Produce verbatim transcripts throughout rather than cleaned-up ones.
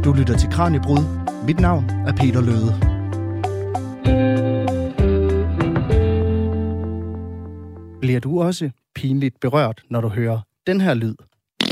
Du lytter til Kraniebrud. Mit navn er Peter Løde. Bliver du også pinligt berørt, når du hører den her lyd?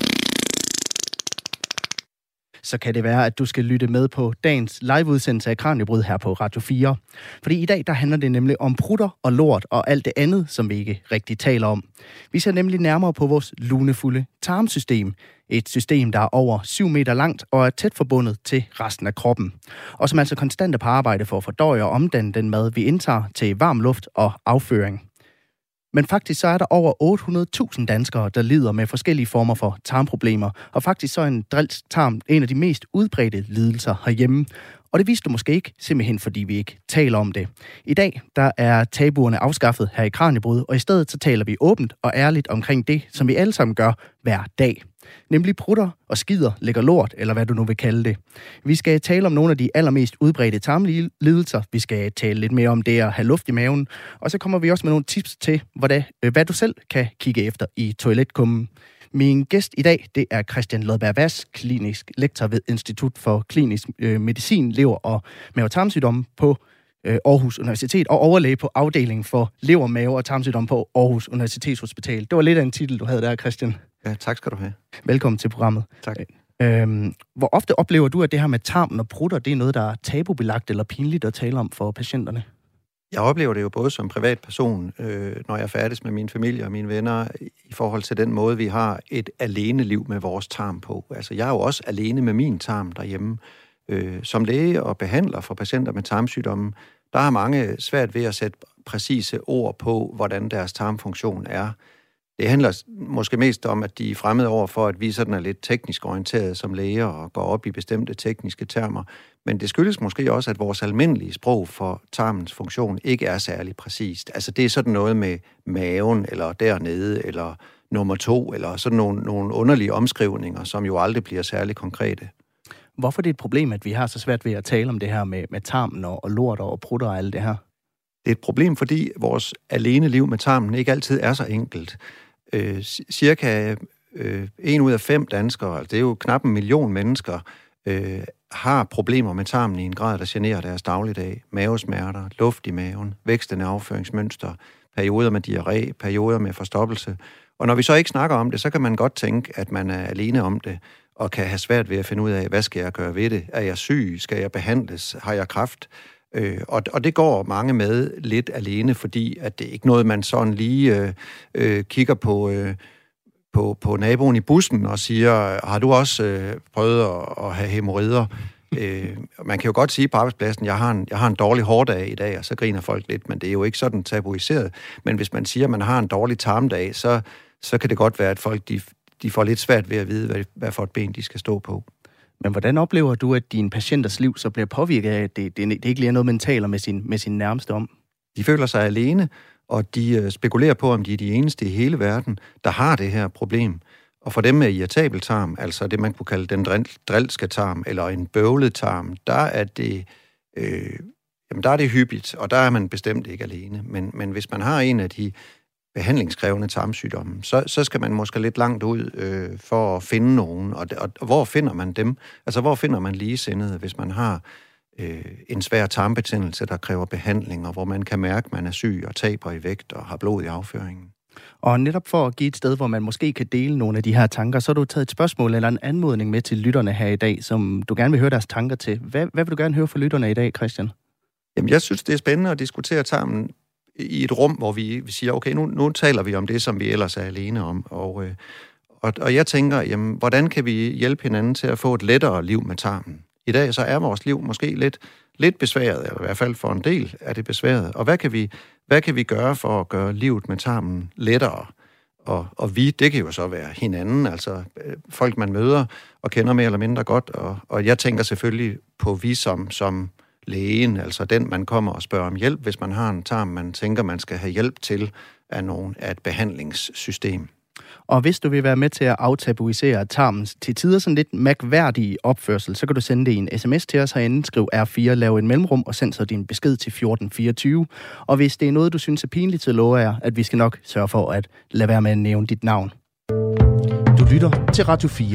Så kan det være, at du skal lytte med på dagens liveudsendelse af Kraniebrud her på Radio fire. Fordi i dag, der handler det nemlig om prutter og lort og alt det andet, som vi ikke rigtig taler om. Vi ser nemlig nærmere på vores lunefulde tarmsystem. Et system, der er over syv meter langt og er tæt forbundet til resten af kroppen. Og som altså konstant er på arbejde for at fordøje og omdanne den mad, vi indtager til varm luft og afføring. Men faktisk så er der over otte hundrede tusind danskere, der lider med forskellige former for tarmproblemer. Og faktisk så er en drilsk tarm en af de mest udbredte lidelser herhjemme. Og det vidste du måske ikke, simpelthen fordi vi ikke taler om det. I dag der er tabuerne afskaffet her i Kraniebrud, og i stedet så taler vi åbent og ærligt omkring det, som vi alle sammen gør hver dag. Nemlig prutter og skider, lægger lort, eller hvad du nu vil kalde det. Vi skal tale om nogle af de allermest udbredte tarmlidelser. Vi skal tale lidt mere om det at have luft i maven. Og så kommer vi også med nogle tips til, hvad, hvad du selv kan kigge efter i toiletkummen. Min gæst i dag, det er Christian Lodberg Hvass, klinisk lektor ved Institut for Klinisk øh, Medicin, Lever- og Mave-tarmsygdomme på øh, Aarhus Universitet, og overlæge på afdelingen for lever-, mave- og tarmsygdomme på Aarhus Universitetshospital. Det var lidt af en titel, du havde der, Christian. Ja, tak skal du have. Velkommen til programmet. Tak. Øhm, hvor ofte oplever du, at det her med tarmen og prutter, det er noget, der er tabubelagt eller pinligt at tale om for patienterne? Jeg oplever det jo både som privatperson, øh, når jeg færdes med min familie og mine venner, i forhold til den måde, vi har et alene liv med vores tarm på. Altså, jeg er jo også alene med min tarm derhjemme. Øh, som læge og behandler for patienter med tarmsygdomme, der har mange svært ved at sætte præcise ord på, hvordan deres tarmfunktion er. Det handler måske mest om, at de er fremmede over for, at vi sådan er lidt teknisk orienteret som læger og går op i bestemte tekniske termer. Men det skyldes måske også, at vores almindelige sprog for tarmens funktion ikke er særlig præcist. Altså det er sådan noget med maven, eller dernede, eller nummer to, eller sådan nogle, nogle underlige omskrivninger, som jo aldrig bliver særlig konkrete. Hvorfor er det et problem, at vi har så svært ved at tale om det her med, med tarmen og, og lort og prutter og alt det her? Det er et problem, fordi vores alene liv med tarmen ikke altid er så enkelt. Øh, cirka øh, en ud af fem danskere, altså det er jo knap en million mennesker, øh, har problemer med tarmen i en grad, der generer deres dagligdag. Mavesmerter, luft i maven, vækstende afføringsmønster, perioder med diarré, perioder med forstoppelse. Og når vi så ikke snakker om det, så kan man godt tænke, at man er alene om det, og kan have svært ved at finde ud af, hvad skal jeg gøre ved det? Er jeg syg? Skal jeg behandles? Har jeg kræft? Øh, og, og det går mange med lidt alene, fordi at det er ikke noget, man sådan lige øh, øh, kigger på, øh, på, på naboen i bussen og siger, har du også øh, prøvet at, at have hæmorrider? øh, man kan jo godt sige på arbejdspladsen, jeg har en, jeg har en dårlig hårdag i dag, og så griner folk lidt, men det er jo ikke sådan tabuiseret. Men hvis man siger, at man har en dårlig tarmdag, så, så kan det godt være, at folk de, de får lidt svært ved at vide, hvad, hvad for et ben de skal stå på. Men hvordan oplever du, at dine patienters liv så bliver påvirket af, at det, det, det ikke lige er noget, man taler med sin, med sin nærmeste om? De føler sig alene, og de spekulerer på, om de er de eneste i hele verden, der har det her problem. Og for dem med irritabel tarm, altså det, man kunne kalde den drilske tarm, eller en bøvlet tarm, der er det, øh, jamen der er det hyppigt, og der er man bestemt ikke alene. Men, men hvis man har en af de behandlingskrævende tarmsygdomme, så, så skal man måske lidt langt ud øh, for at finde nogen. Og, og, og hvor finder man dem? Altså, hvor finder man ligesindede, hvis man har øh, en svær tarmbetændelse, der kræver behandling, og hvor man kan mærke, at man er syg og taber i vægt og har blod i afføringen? Og netop for at give et sted, hvor man måske kan dele nogle af de her tanker, så har du taget et spørgsmål eller en anmodning med til lytterne her i dag, som du gerne vil høre deres tanker til. Hvad, hvad vil du gerne høre fra lytterne i dag, Christian? Jamen, jeg synes, det er spændende at diskutere tarmen i et rum, hvor vi siger, okay, nu, nu taler vi om det, som vi ellers er alene om. Og, øh, og, og jeg tænker, jamen, hvordan kan vi hjælpe hinanden til at få et lettere liv med tarmen? I dag så er vores liv måske lidt, lidt besværet, eller i hvert fald for en del er det besværet. Og hvad kan vi, hvad kan vi gøre for at gøre livet med tarmen lettere? Og, og vi, det kan jo så være hinanden, altså folk, man møder og kender mere eller mindre godt. Og, og jeg tænker selvfølgelig på vi som, som lægen, altså den, man kommer og spørger om hjælp, hvis man har en tarm, man tænker, man skal have hjælp til af, nogen, af et behandlingssystem. Og hvis du vil være med til at aftabuisere tarmens til tider sådan lidt mærkværdige opførsel, så kan du sende det i en sms til os herinde, skriv R fire, lav en mellemrum og send så din besked til fjorten fireogtyve. Og hvis det er noget, du synes er pinligt, så lover jeg, at vi skal nok sørge for at lade være med at nævne dit navn. Du lytter til Radio fire.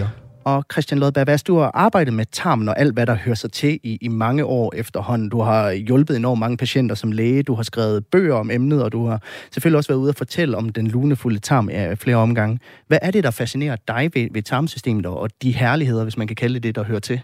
Og Christian Lodberg Hvas, du har arbejdet med tarmen og alt, hvad der hører sig til i, i mange år efterhånden. Du har hjulpet enormt mange patienter som læge, du har skrevet bøger om emnet, og du har selvfølgelig også været ude og fortælle om den lunefulde tarm af flere omgange. Hvad er det, der fascinerer dig ved, ved tarmsystemet og de herligheder, hvis man kan kalde det, der hører til?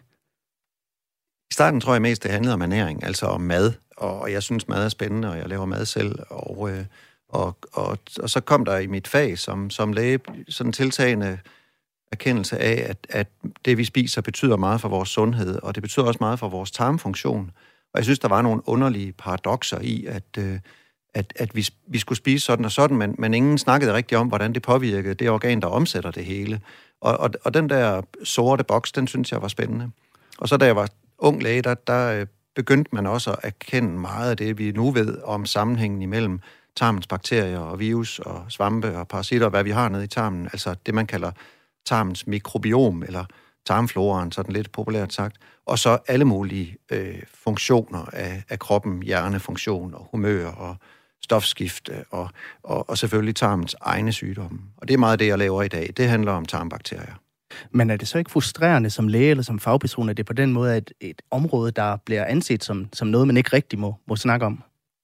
I starten tror jeg mest, det handlede om ernæring, altså om mad, og jeg synes, mad er spændende, og jeg laver mad selv, og, øh, og, og, og så kom der i mit fag som, som læge sådan en tiltagende erkendelse af, at, at det, vi spiser, betyder meget for vores sundhed, og det betyder også meget for vores tarmfunktion. Og jeg synes, der var nogle underlige paradokser i, at, øh, at, at vi, vi skulle spise sådan og sådan, men, men ingen snakkede rigtig om, hvordan det påvirkede det organ, der omsætter det hele. Og, og, og den der sorte boks, den synes jeg var spændende. Og så da jeg var ung læge, der, der begyndte man også at erkende meget af det, vi nu ved om sammenhængen imellem tarmens bakterier og virus og svampe og parasitter, og hvad vi har nede i tarmen, altså det, man kalder tarmens mikrobiom, eller tarmfloraen, sådan lidt populært sagt, og så alle mulige øh, funktioner af, af kroppen, hjernefunktion og humør og stofskifte, og, og, og selvfølgelig tarmens egne sygdomme. Og det er meget det, jeg laver i dag. Det handler om tarmbakterier. Men er det så ikke frustrerende som læge eller som fagperson, at det på den måde er et, et område, der bliver anset som, som noget, man ikke rigtig må, må snakke om?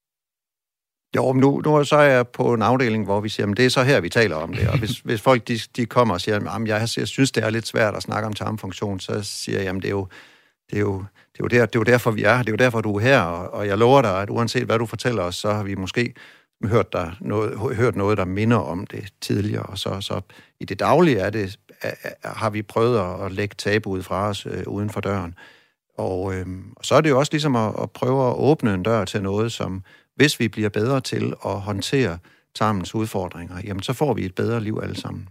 Jo, men nu, nu så er jeg på en afdeling, hvor vi siger, at det er så her, vi taler om det. Og hvis, hvis folk de, de kommer og siger, at jeg, jeg synes, det er lidt svært at snakke om tarmfunktion, så siger jeg, at det er jo, det er jo, det er jo, der, det er jo derfor, vi er her. Det er jo derfor, du er her. Og, og jeg lover dig, at uanset hvad du fortæller os, så har vi måske hørt, der noget, hørt noget, der minder om det tidligere. Og så, så i det daglige er det, er, har vi prøvet at lægge tabuet fra os øh, uden for døren. Og, øh, og så er det jo også ligesom at, at prøve at åbne en dør til noget, som hvis vi bliver bedre til at håndtere tarmens udfordringer, jamen så får vi et bedre liv alle sammen.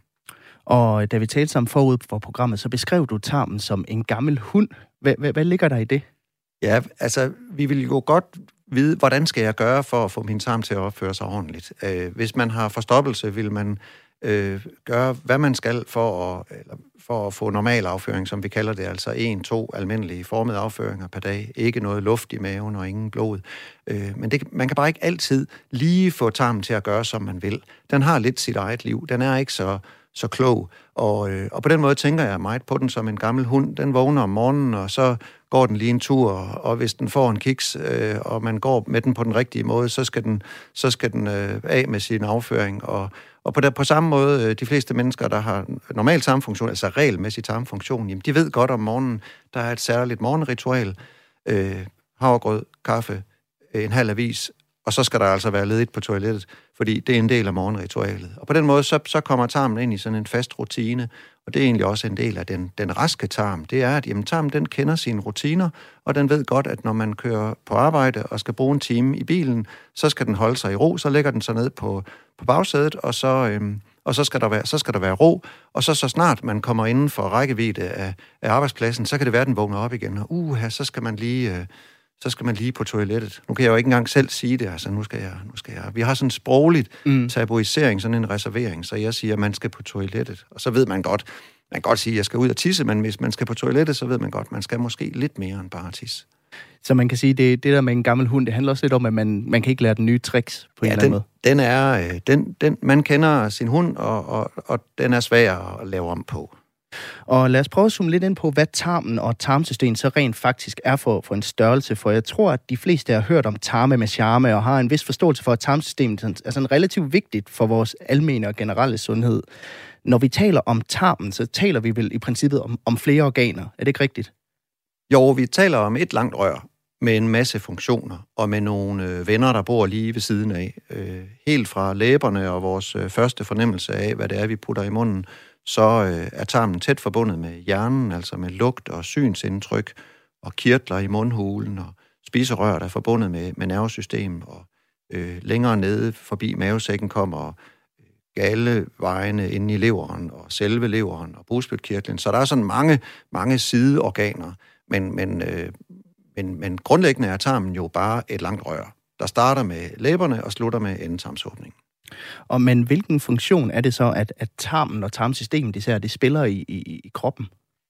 Og da vi talte sammen forud for programmet, så beskrev du tarmen som en gammel hund. Hvad, hvad, hvad ligger der i det? Ja, altså vi vil jo godt vide, hvordan skal jeg gøre for at få min tarm til at opføre sig ordentligt. Øh, hvis man har forstoppelse, vil man øh, gøre, hvad man skal for at, eller for at få normal afføring, som vi kalder det, altså en, to almindelige formede afføringer per dag. Ikke noget luft i maven og ingen blod. Øh, men det, man kan bare ikke altid lige få tarmen til at gøre, som man vil. Den har lidt sit eget liv. Den er ikke så, så klog. Og, øh, og på den måde tænker jeg meget på den som en gammel hund. Den vågner om morgenen, og så går den lige en tur, og hvis den får en kiks, øh, og man går med den på den rigtige måde, så skal den, så skal den øh, af med sin afføring. Og, og på, der, på samme måde, øh, de fleste mennesker, der har normal tarmfunktion, altså regelmæssig tarmfunktion, jamen, de ved godt om morgenen, der er et særligt morgenritual. Øh, havregrød, kaffe, en halv avis, og så skal der altså være ledigt på toilettet, fordi det er en del af morgenritualet. Og på den måde, så, så kommer tarmen ind i sådan en fast rutine, og det er egentlig også en del af den, den raske tarm. Det er, at jamen, tarmen den kender sine rutiner, og den ved godt, at når man kører på arbejde og skal bruge en time i bilen, så skal den holde sig i ro, så lægger den sig ned på, på bagsædet, og så, øhm, og så skal der være, så skal der være ro, og så så snart man kommer inden for rækkevidde af, af arbejdspladsen, så kan det være, at den vågner op igen, og uha, så skal man lige... Øh, så skal man lige på toilettet. Nu kan jeg jo ikke engang selv sige det, altså nu skal jeg, nu skal jeg. Vi har sådan en sprogligt mm. tabuisering, sådan en reservering, så jeg siger, at man skal på toilettet. Og så ved man godt, man kan godt sige, at jeg skal ud og tisse, men hvis man skal på toilettet, så ved man godt, at man skal måske lidt mere end bare tisse. Så man kan sige, at det, det der med en gammel hund, det handler også lidt om, at man, man kan ikke lære den nye tricks på en ja, eller den, anden måde. Den er, den, den, man kender sin hund, og, og, og den er svær at lave om på. Og lad os prøve at zoome lidt ind på, hvad tarmen og tarmsystemet så rent faktisk er for, for en størrelse. For jeg tror, at de fleste har hørt om tarme med charme og har en vis forståelse for, at tarmsystemet er sådan relativt vigtigt for vores almene og generelle sundhed. Når vi taler om tarmen, så taler vi vel i princippet om, om flere organer. Er det ikke rigtigt? Jo, vi taler om et langt rør med en masse funktioner og med nogle øh, venner, der bor lige ved siden af. Øh, helt fra læberne og vores øh, første fornemmelse af, hvad det er, vi putter i munden, så øh, er tarmen tæt forbundet med hjernen, altså med lugt og synsindtryk, og kirtler i mundhulen, og spiserør, der er forbundet med, med nervesystem, og øh, længere nede forbi mavesækken kommer øh, galdevejene inde i leveren, og selve leveren, og bugspytkirtlen. Så der er sådan mange, mange sideorganer, men, men, øh, men, men grundlæggende er tarmen jo bare et langt rør, der starter med læberne og slutter med endetarmsåbningen. Og men hvilken funktion er det så, at, at tarmen og tarmsystemet især, det spiller i, i, i kroppen?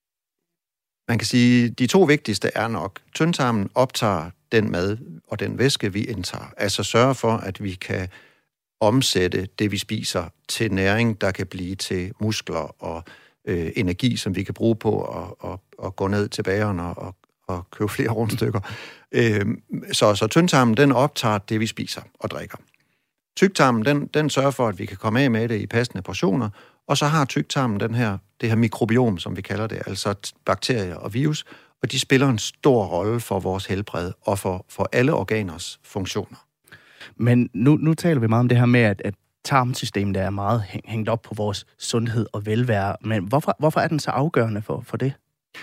Man kan sige, at de to vigtigste er nok, tyndtarmen optager den mad og den væske, vi indtager. Altså sørger for, at vi kan omsætte det, vi spiser, til næring, der kan blive til muskler og øh, energi, som vi kan bruge på at, at, at gå ned til bageren og, og, og købe flere rundstykker. Øh, så, så tyndtarmen, den optager det, vi spiser og drikker. Tyktarmen, den, den sørger for, at vi kan komme af med det i passende portioner, og så har tyktarmen den her, det her mikrobiom, som vi kalder det, altså bakterier og virus, og de spiller en stor rolle for vores helbred og for, for alle organers funktioner. Men nu, nu taler vi meget om det her med, at, at tarmsystemet er meget hængt op på vores sundhed og velvære, men hvorfor, hvorfor er den så afgørende for, for det?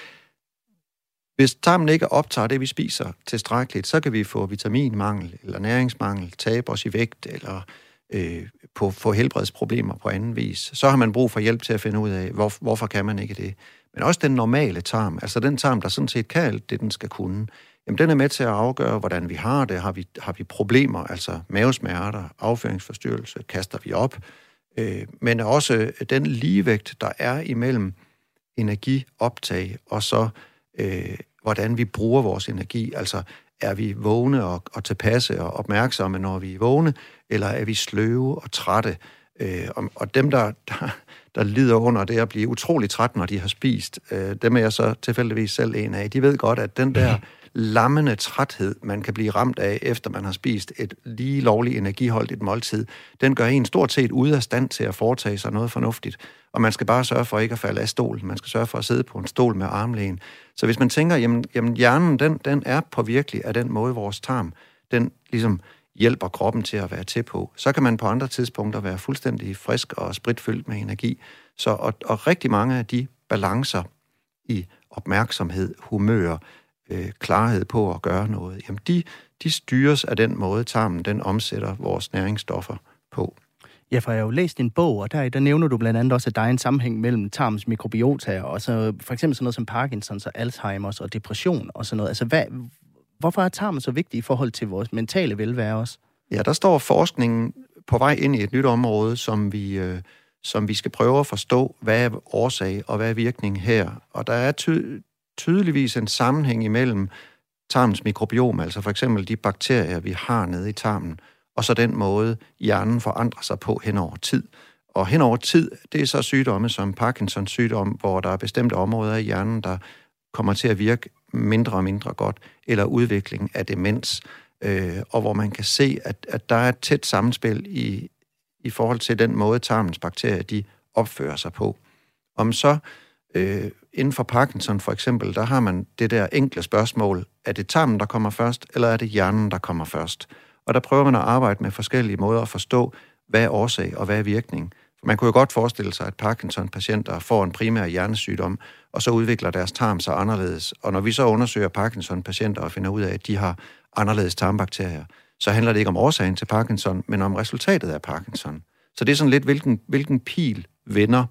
Hvis tarmen ikke optager det, vi spiser tilstrækkeligt, så kan vi få vitaminmangel eller næringsmangel, tabe os i vægt eller øh, på, få helbredsproblemer på anden vis. Så har man brug for hjælp til at finde ud af, hvor, hvorfor kan man ikke det. Men også den normale tarm, altså den tarm, der sådan set kan alt det, den skal kunne, jamen den er med til at afgøre, hvordan vi har det. Har vi, har vi problemer, altså mavesmerter, afføringsforstyrrelse, kaster vi op. Øh, men også den ligevægt, der er imellem energioptag og så øh, hvordan vi bruger vores energi. Altså er vi vågne og, og tilpasse og opmærksomme, når vi er vågne, eller er vi sløve og trætte? Øh, og, og dem, der, der, der lider under det at blive utrolig træt, når de har spist, øh, dem er jeg så tilfældigvis selv en af. De ved godt, at den der lammende træthed, man kan blive ramt af, efter man har spist et lige lovligt energiholdigt måltid, den gør en stort set ude af stand til at foretage sig noget fornuftigt. Og man skal bare sørge for ikke at falde af stolen. Man skal sørge for at sidde på en stol med armlæn. Så hvis man tænker, jamen, jamen hjernen, den, den er påvirkelig af den måde, vores tarm, den ligesom hjælper kroppen til at være til på. Så kan man på andre tidspunkter være fuldstændig frisk og spritfyldt med energi. Så, og, og rigtig mange af de balancer i opmærksomhed, humør, øh, klarhed på at gøre noget, jamen de, de styres af den måde, tarmen den omsætter vores næringsstoffer på. Ja, for jeg har jo læst din bog, og der, der nævner du blandt andet også, at der er en sammenhæng mellem tarmens mikrobiota og så for eksempel sådan noget som Parkinsons og Alzheimers og depression og sådan noget. Altså, hvad, hvorfor er tarmen så vigtig i forhold til vores mentale velvære også? Ja, der står forskningen på vej ind i et nyt område, som vi, øh, som vi skal prøve at forstå, hvad er årsag og hvad er virkning her. Og der er ty- tydeligvis en sammenhæng imellem tarmens mikrobiom, altså for eksempel de bakterier, vi har nede i tarmen, og så den måde, hjernen forandrer sig på hen over tid. Og hen over tid, det er så sygdomme som Parkinsons sygdom, hvor der er bestemte områder i hjernen, der kommer til at virke mindre og mindre godt, eller udvikling af demens, øh, og hvor man kan se, at, at der er et tæt sammenspil i, i forhold til den måde, tarmens bakterier de opfører sig på. Om så øh, inden for Parkinson for eksempel, der har man det der enkle spørgsmål, er det tarmen, der kommer først, eller er det hjernen, der kommer først? Og der prøver man at arbejde med forskellige måder at forstå, hvad er årsag og hvad er virkning. For man kunne jo godt forestille sig, at Parkinson-patienter får en primær hjernesygdom, og så udvikler deres tarm sig anderledes. Og når vi så undersøger Parkinson-patienter og finder ud af, at de har anderledes tarmbakterier, så handler det ikke om årsagen til Parkinson, men om resultatet af Parkinson. Så det er sådan lidt, hvilken, hvilken pil vender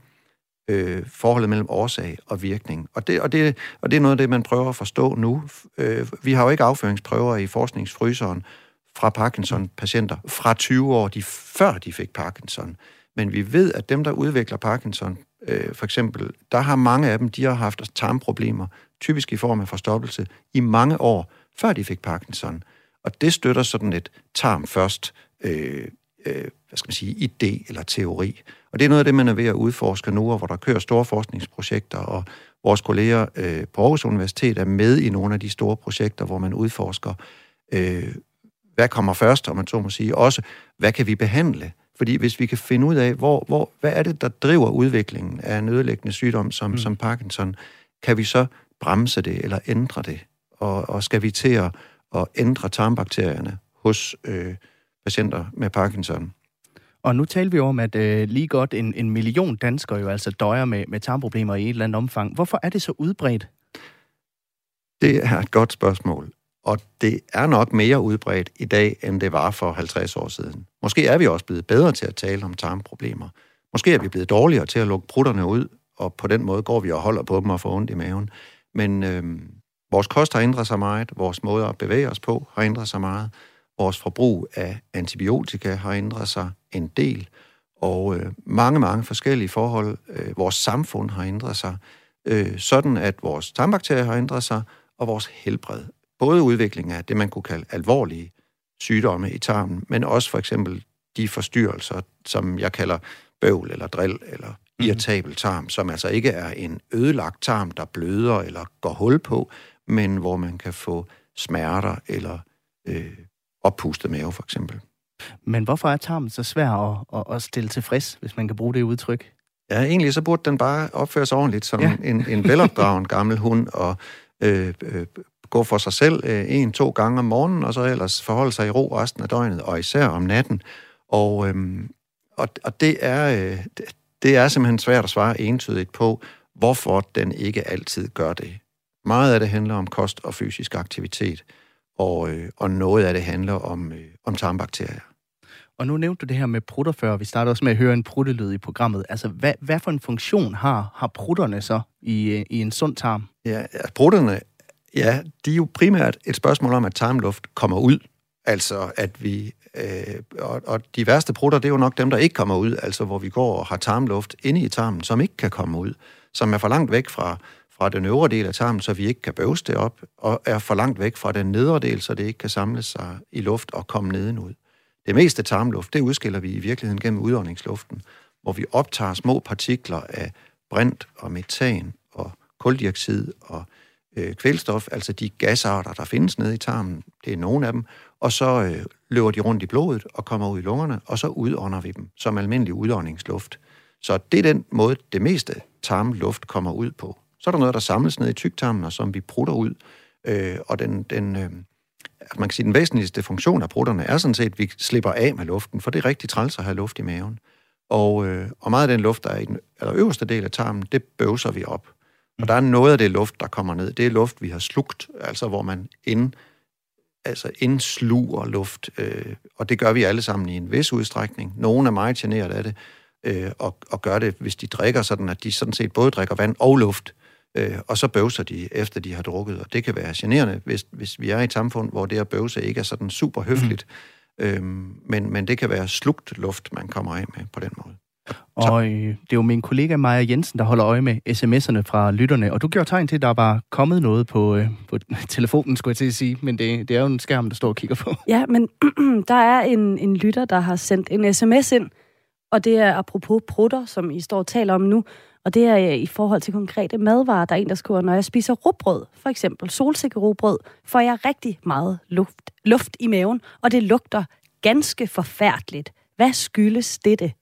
øh, forholdet mellem årsag og virkning. Og det, og, det, og det er noget af det, man prøver at forstå nu. Øh, vi har jo ikke afføringsprøver i forskningsfryseren fra Parkinson-patienter fra tyve år, de, før de fik Parkinson. Men vi ved, at dem, der udvikler Parkinson, øh, for eksempel, der har mange af dem, de har haft tarmproblemer, typisk i form af forstoppelse, i mange år, før de fik Parkinson. Og det støtter sådan et tarm først, øh, øh, hvad skal man sige, idé eller teori. Og det er noget af det, man er ved at udforske nu, og hvor der kører store forskningsprojekter, og vores kolleger øh, på Aarhus Universitet er med i nogle af de store projekter, hvor man udforsker, øh, hvad kommer først, om man så må sige, også hvad kan vi behandle? Fordi hvis vi kan finde ud af, hvor, hvor, hvad er det, der driver udviklingen af en ødelæggende sygdom som, mm. som Parkinson, kan vi så bremse det eller ændre det? Og, og skal vi til at, at ændre tarmbakterierne hos øh, patienter med Parkinson? Og nu taler vi om, at øh, lige godt en, en million danskere jo altså døjer med, med tarmproblemer i et eller andet omfang. Hvorfor er det så udbredt? Det er et godt spørgsmål. Og det er nok mere udbredt i dag, end det var for halvtreds år siden. Måske er vi også blevet bedre til at tale om tarmproblemer. Måske er vi blevet dårligere til at lukke prutterne ud, og på den måde går vi og holder på dem og får ondt i maven. Men øh, vores kost har ændret sig meget, vores måde at bevæge os på har ændret sig meget, vores forbrug af antibiotika har ændret sig en del, og øh, mange, mange forskellige forhold, øh, vores samfund har ændret sig, øh, sådan at vores tarmbakterier har ændret sig, og vores helbred. Både udvikling af det, man kunne kalde alvorlige sygdomme i tarmen, men også for eksempel de forstyrrelser, som jeg kalder bøvl eller drill eller irritabel tarm, som altså ikke er en ødelagt tarm, der bløder eller går hul på, men hvor man kan få smerter eller øh, oppustet mave for eksempel. Men hvorfor er tarmen så svær at, at, at stille tilfreds, hvis man kan bruge det udtryk? Ja, egentlig så burde den bare opføre sig ordentligt som ja. en, en velopdragen gammel hund, og øh, øh, gå for sig selv øh, en, to gange om morgenen, og så ellers forholde sig i ro resten af døgnet, og især om natten. Og, øh, og, og det, er, øh, det er simpelthen svært at svare entydigt på, hvorfor den ikke altid gør det. Meget af det handler om kost og fysisk aktivitet, og, øh, og noget af det handler om, øh, om tarmbakterier. Og nu nævnte du det her med prutter før. Vi startede også med at høre en pruttelyd i programmet. Altså, hvad, hvad for en funktion har, har prutterne så i, i en sund tarm? Ja, prutterne, ja, de er jo primært et spørgsmål om, at tarmluft kommer ud. Altså, at vi... Øh, og, og de værste prutter, det er jo nok dem, der ikke kommer ud. Altså, hvor vi går og har tarmluft inde i tarmen, som ikke kan komme ud. Som er for langt væk fra, fra den øvre del af tarmen, så vi ikke kan bøvse det op. Og er for langt væk fra den nedre del, så det ikke kan samle sig i luft og komme nedenud. Det meste tarmluft, det udskiller vi i virkeligheden gennem udåndingsluften, hvor vi optager små partikler af brint og metan og kuldioxid og øh, kvælstof, altså de gasarter, der findes nede i tarmen, det er nogle af dem, og så øh, løber de rundt i blodet og kommer ud i lungerne, og så udånder vi dem som almindelig udåndingsluft. Så det er den måde, det meste tarmluft kommer ud på. Så er der noget, der samles ned i tyktarmen, og som vi prutter ud, øh, og den... den øh, man kan sige, den væsentligste funktion af prutterne er sådan set, at vi slipper af med luften, for det er rigtig træls at have luft i maven. Og, øh, og meget af den luft, der er i den eller øverste del af tarmen, det bøvser vi op. Og der er noget af det luft, der kommer ned. Det er luft, vi har slugt, altså hvor man ind, altså indsluger luft. Øh, og det gør vi alle sammen i en vis udstrækning. Nogle er meget generet af det, øh, og, og gør det, hvis de drikker sådan, at de sådan set både drikker vand og luft. Øh, og så bøvser de, efter de har drukket, og det kan være generende, hvis, hvis vi er i et samfund, hvor det at bøvse ikke er sådan super høfligt, mm. øhm, men, men det kan være slugt luft, man kommer af med på den måde. Og øh, det er jo min kollega Maja Jensen, der holder øje med sms'erne fra lytterne, og du gjorde tegn til, at der var kommet noget på, øh, på telefonen, skulle jeg til at sige, men det, det er jo en skærm, der står og kigger på. Ja, men der er en, en lytter, der har sendt en sms ind, og det er apropos prutter, som I står og taler om nu. Og det er i forhold til konkrete madvarer. Der er en, der skriver, når jeg spiser rugbrød, for eksempel solsikkerugbrød, får jeg rigtig meget luft, luft i maven, og det lugter ganske forfærdeligt. Hvad skyldes dette?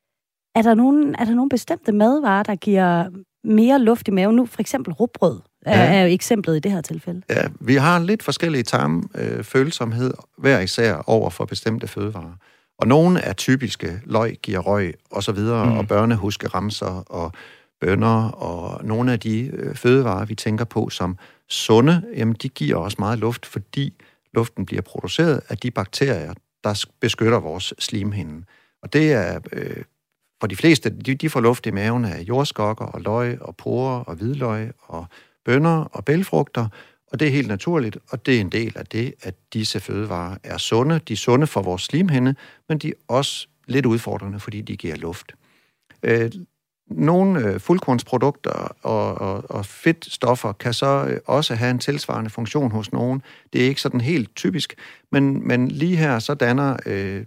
Er der nogen, er der nogen bestemte madvarer, der giver mere luft i maven? Nu for eksempel rugbrød er, ja. er jo eksemplet i det her tilfælde. Ja, vi har lidt forskellige tarmfølsomhed øh, hver især over for bestemte fødevarer. Og nogle er typiske, løg giver røg, og så videre, mm. og børnehuskeramser og bønner, og nogle af de øh, fødevarer, vi tænker på som sunde, jamen de giver også meget luft, fordi luften bliver produceret af de bakterier, der beskytter vores slimhinde. Og det er, øh, for de fleste, de, de får luft i maven af jordskokker og løg og porrer og hvidløg og bønner og bælgfrugter, og det er helt naturligt, og det er en del af det, at disse fødevarer er sunde. De er sunde for vores slimhinde, men de er også lidt udfordrende, fordi de giver luft. Øh, nogle øh, fuldkornsprodukter og, og, og fedtstoffer kan så øh, også have en tilsvarende funktion hos nogen. Det er ikke sådan helt typisk, men, men lige her så danner, øh,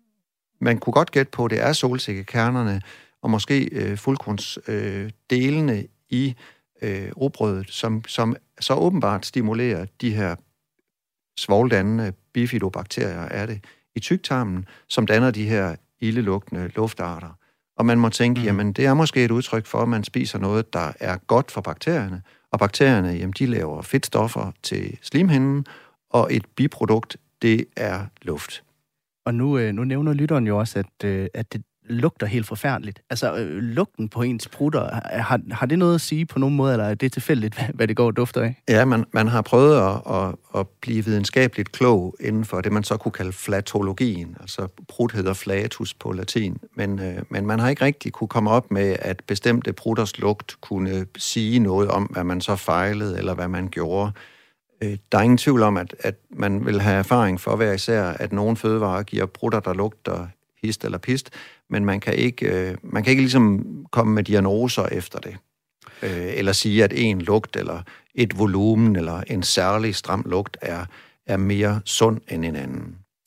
man kunne godt gætte på, det er solsikkekernerne og måske øh, fuldkornsdelene øh, i øh, rugbrødet, som, som så åbenbart stimulerer de her svovldannende bifidobakterier, er det, i tyktarmen, som danner de her ildelugtende luftarter. Og man må tænke, mm. jamen det er måske et udtryk for, at man spiser noget, der er godt for bakterierne, og bakterierne, jamen de laver fedtstoffer til slimhinden, og et biprodukt, det er luft. Og nu, nu nævner lytteren jo også, at, at det lugter helt forfærdeligt. Altså, øh, lugten på ens prutter, har, har det noget at sige på nogen måde, eller er det tilfældigt, hvad, hvad det går og dufter af? Ja, man, man har prøvet at, at, at blive videnskabeligt klog inden for det, man så kunne kalde flatologien. Altså, prut hedder flatus på latin. Men, øh, men man har ikke rigtig kunne komme op med, at bestemte prutters lugt kunne sige noget om, hvad man så fejlede, eller hvad man gjorde. Øh, der er ingen tvivl om, at, at man vil have erfaring for hver især, at nogle fødevarer giver prutter, der lugter hist eller pist, men man kan ikke, øh, man kan ikke ligesom komme med diagnoser efter det. Øh, eller sige, at en lugt, eller et volumen, eller en særlig stram lugt er, er mere sund end en anden.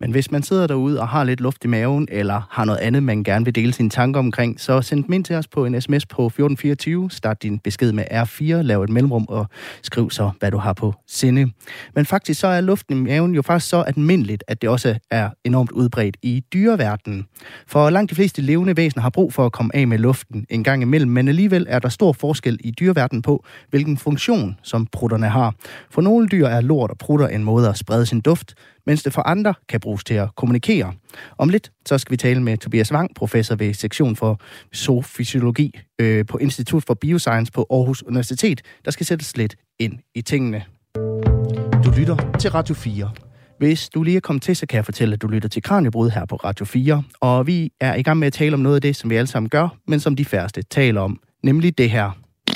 Men hvis man sidder derude og har lidt luft i maven, eller har noget andet, man gerne vil dele sine tanker omkring, så send dem ind til os på en sms på fjorten fireogtyve. Start din besked med R fire, lav et mellemrum og skriv så, hvad du har på sinde. Men faktisk så er luften i maven jo faktisk så almindeligt, at det også er enormt udbredt i dyreverdenen. For langt de fleste levende væsener har brug for at komme af med luften en gang imellem, men alligevel er der stor forskel i dyreverdenen på, hvilken funktion som prutterne har. For nogle dyr er lort og prutter en måde at sprede sin duft, mens det for andre kan bruges til at kommunikere. Om lidt så skal vi tale med Tobias Wang, professor ved sektion for zoofysiologi øh, på Institut for Bioscience på Aarhus Universitet, der skal sættes lidt ind i tingene. Du lytter til Radio fire. Hvis du lige er kommet til, så kan jeg fortælle, at du lytter til Kraniebrud her på Radio fire. Og vi er i gang med at tale om noget af det, som vi alle sammen gør, men som de færreste taler om, nemlig det her.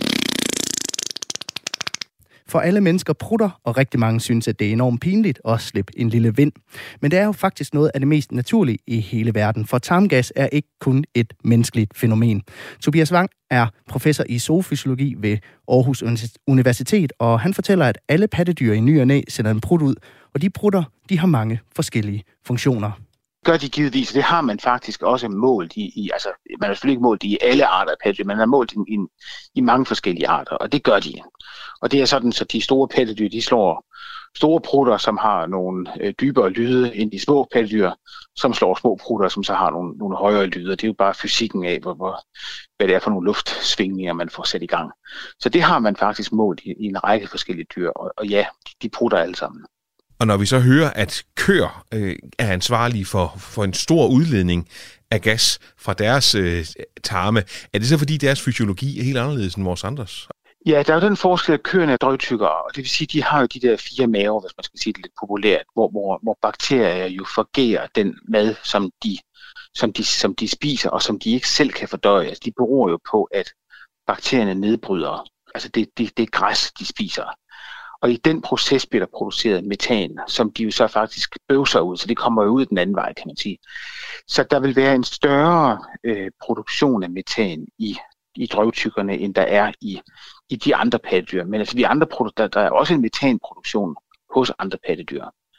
For alle mennesker prutter, og rigtig mange synes, at det er enormt pinligt at slippe en lille vind. Men det er jo faktisk noget af det mest naturlige i hele verden, for tarmgas er ikke kun et menneskeligt fænomen. Tobias Wang er professor i zoofysiologi ved Aarhus Universitet, og han fortæller, at alle pattedyr i ny og næ sender en prut ud, og de prutter, de har mange forskellige funktioner. Gør de givetvis, det har man faktisk også målt i, i altså man har selvfølgelig ikke målt i alle arter af pattedyr, man har målt i, i, i mange forskellige arter, og det gør de. Og det er sådan, så de store pattedyr, de slår store prutter, som har nogle øh, dybere lyde, end de små pattedyr, som slår små prutter, som så har nogle, nogle højere lyde. Det er jo bare fysikken af, hvor, hvor, hvad det er for nogle luftsvingninger, man får sat i gang. Så det har man faktisk målt i, i en række forskellige dyr, og, og ja, de, de prutter alle sammen. Og når vi så hører, at køer øh, er ansvarlige for, for en stor udledning af gas fra deres øh, tarme, er det så fordi deres fysiologi er helt anderledes end vores andres? Ja, der er jo den forskel, at køerne er drøvtyggere, og det vil sige, at de har jo de der fire maver, hvis man skal sige det lidt populært, hvor, hvor, hvor bakterier jo forgerer den mad, som de, som, de, som de spiser, og som de ikke selv kan fordøje. Altså, de beror jo på, at bakterierne nedbryder. Altså, det, det, det er græs, de spiser. Og i den proces bliver der produceret metan, som de jo så faktisk bøvser ud, så det kommer jo ud den anden vej, kan man sige. Så der vil være en større øh, produktion af metan i, i drøvtyggerne, end der er i, i de andre pattedyr. Men altså de andre produ- der, der er også en metanproduktion hos andre pattedyr.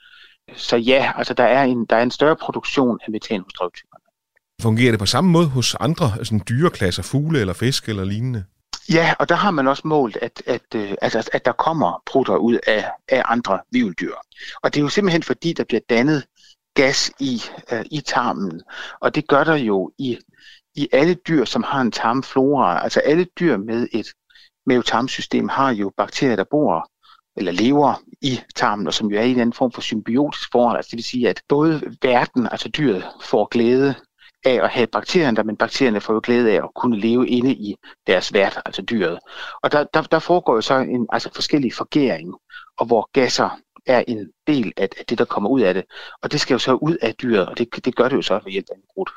Så ja, altså der er en, der er en større produktion af metan hos drøvtyggerne. Fungerer det på samme måde hos andre sådan dyreklasser, fugle eller fisk eller lignende? Ja, og der har man også målt, at, at, at, at der kommer prutter ud af, af andre hvirveldyr. Og det er jo simpelthen fordi, der bliver dannet gas i, uh, i tarmen. Og det gør der jo i, i alle dyr, som har en tarmflora. Altså alle dyr med et mavetarmsystem har jo bakterier, der bor eller lever i tarmen, og som jo er i en anden form for symbiotisk forhold. Altså det vil sige, at både verden, altså dyret, får glæde af at have bakterierne der, men bakterierne får jo glæde af at kunne leve inde i deres vært, altså dyret. Og der, der, der foregår jo så en altså forskellig forgæring, og hvor gasser er en del af, af det, der kommer ud af det. Og det skal jo så ud af dyret, og det, det gør det jo så ved hjælp af en prut.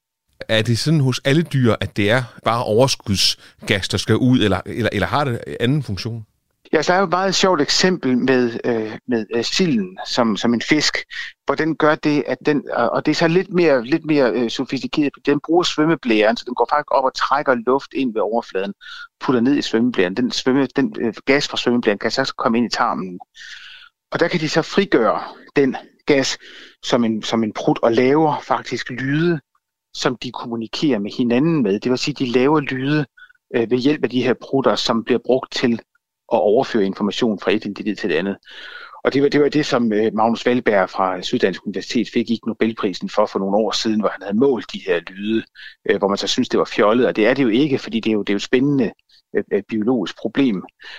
Er det sådan hos alle dyr, at det er bare overskudsgas, der skal ud, eller, eller, eller har det en anden funktion? Ja, så er jo et meget sjovt eksempel med, øh, med øh, silden som, som en fisk, hvor den gør det, at den, og det er så lidt mere, lidt mere øh, sofistikeret, den bruger svømmeblæren, så den går faktisk op og trækker luft ind ved overfladen, putter ned i svømmeblæren. Den, svømme, den øh, gas fra svømmeblæren kan så komme ind i tarmen. Og der kan de så frigøre den gas som en, som en prut og laver faktisk lyde, som de kommunikerer med hinanden med. Det vil sige, at de laver lyde øh, ved hjælp af de her prutter, som bliver brugt til at overføre information fra et individ til det andet. Og det var det, var det som Magnus Wahlberg fra Syddansk Universitet fik ikke Nobelprisen for for nogle år siden, hvor han havde målt de her lyde, hvor man så synes det var fjollet, og det er det jo ikke, fordi det er jo, det er jo et spændende øh, biologisk problem.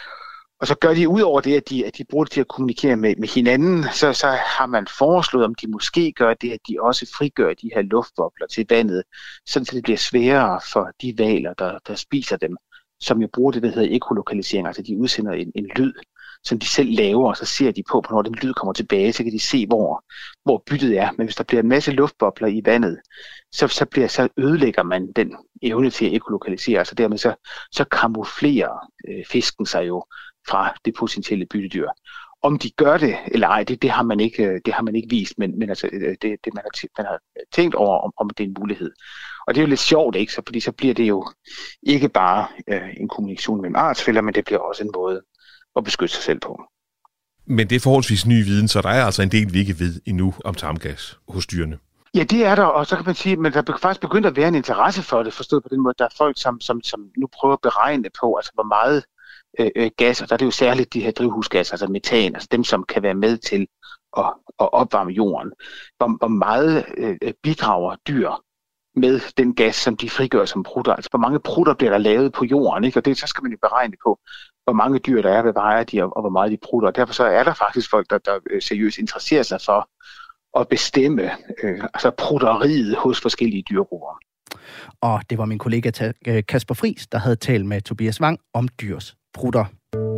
Og så gør de ud over det, at de, at de bruger det til at kommunikere med, med hinanden, så, så har man foreslået, om de måske gør det, at de også frigør de her luftbobler til vandet, sådan så det bliver sværere for de hvaler, der, der spiser dem, som jo bruger det, der hedder ekolokalisering, altså de udsender en, en lyd, som de selv laver, og så ser de på, når den lyd kommer tilbage, så kan de se, hvor, hvor byttet er. Men hvis der bliver en masse luftbobler i vandet, så, så, bliver, så ødelægger man den evne til at ekolokalisere, altså dermed så, så kamuflerer øh, fisken sig jo fra det potentielle byttedyr. Om de gør det eller ej, det, det, har, man ikke, det har man ikke vist, men, men altså, det, det man, har, man har tænkt over, om, om det er en mulighed. Og det er jo lidt sjovt, ikke? Så, fordi så bliver det jo ikke bare øh, en kommunikation mellem artsfæller, men det bliver også en måde at beskytte sig selv på. Men det er forholdsvis ny viden, så der er altså en del, vi ikke ved endnu om tarmgas hos dyrene. Ja, det er der, og så kan man sige, men der er faktisk begyndt at være en interesse for det, forstået på den måde, der er folk, som, som, som nu prøver at beregne på, altså hvor meget øh, gas, og der er det jo særligt de her drivhusgasser, altså metan, altså dem, som kan være med til at, at opvarme jorden. Hvor, hvor meget øh, bidrager dyr med den gas, som de frigør som prutter. Altså hvor mange prutter bliver der lavet på jorden, ikke? Og det, så skal man jo beregne på, hvor mange dyr der er, hvad vejer de, og, og hvor meget de prutter. Og derfor så er der faktisk folk, der, der seriøst interesserer sig for at bestemme øh, altså prutteriet hos forskellige dyrebrugere. Og det var min kollega Kasper Friis, der havde talt med Tobias Wang om dyrs prutter.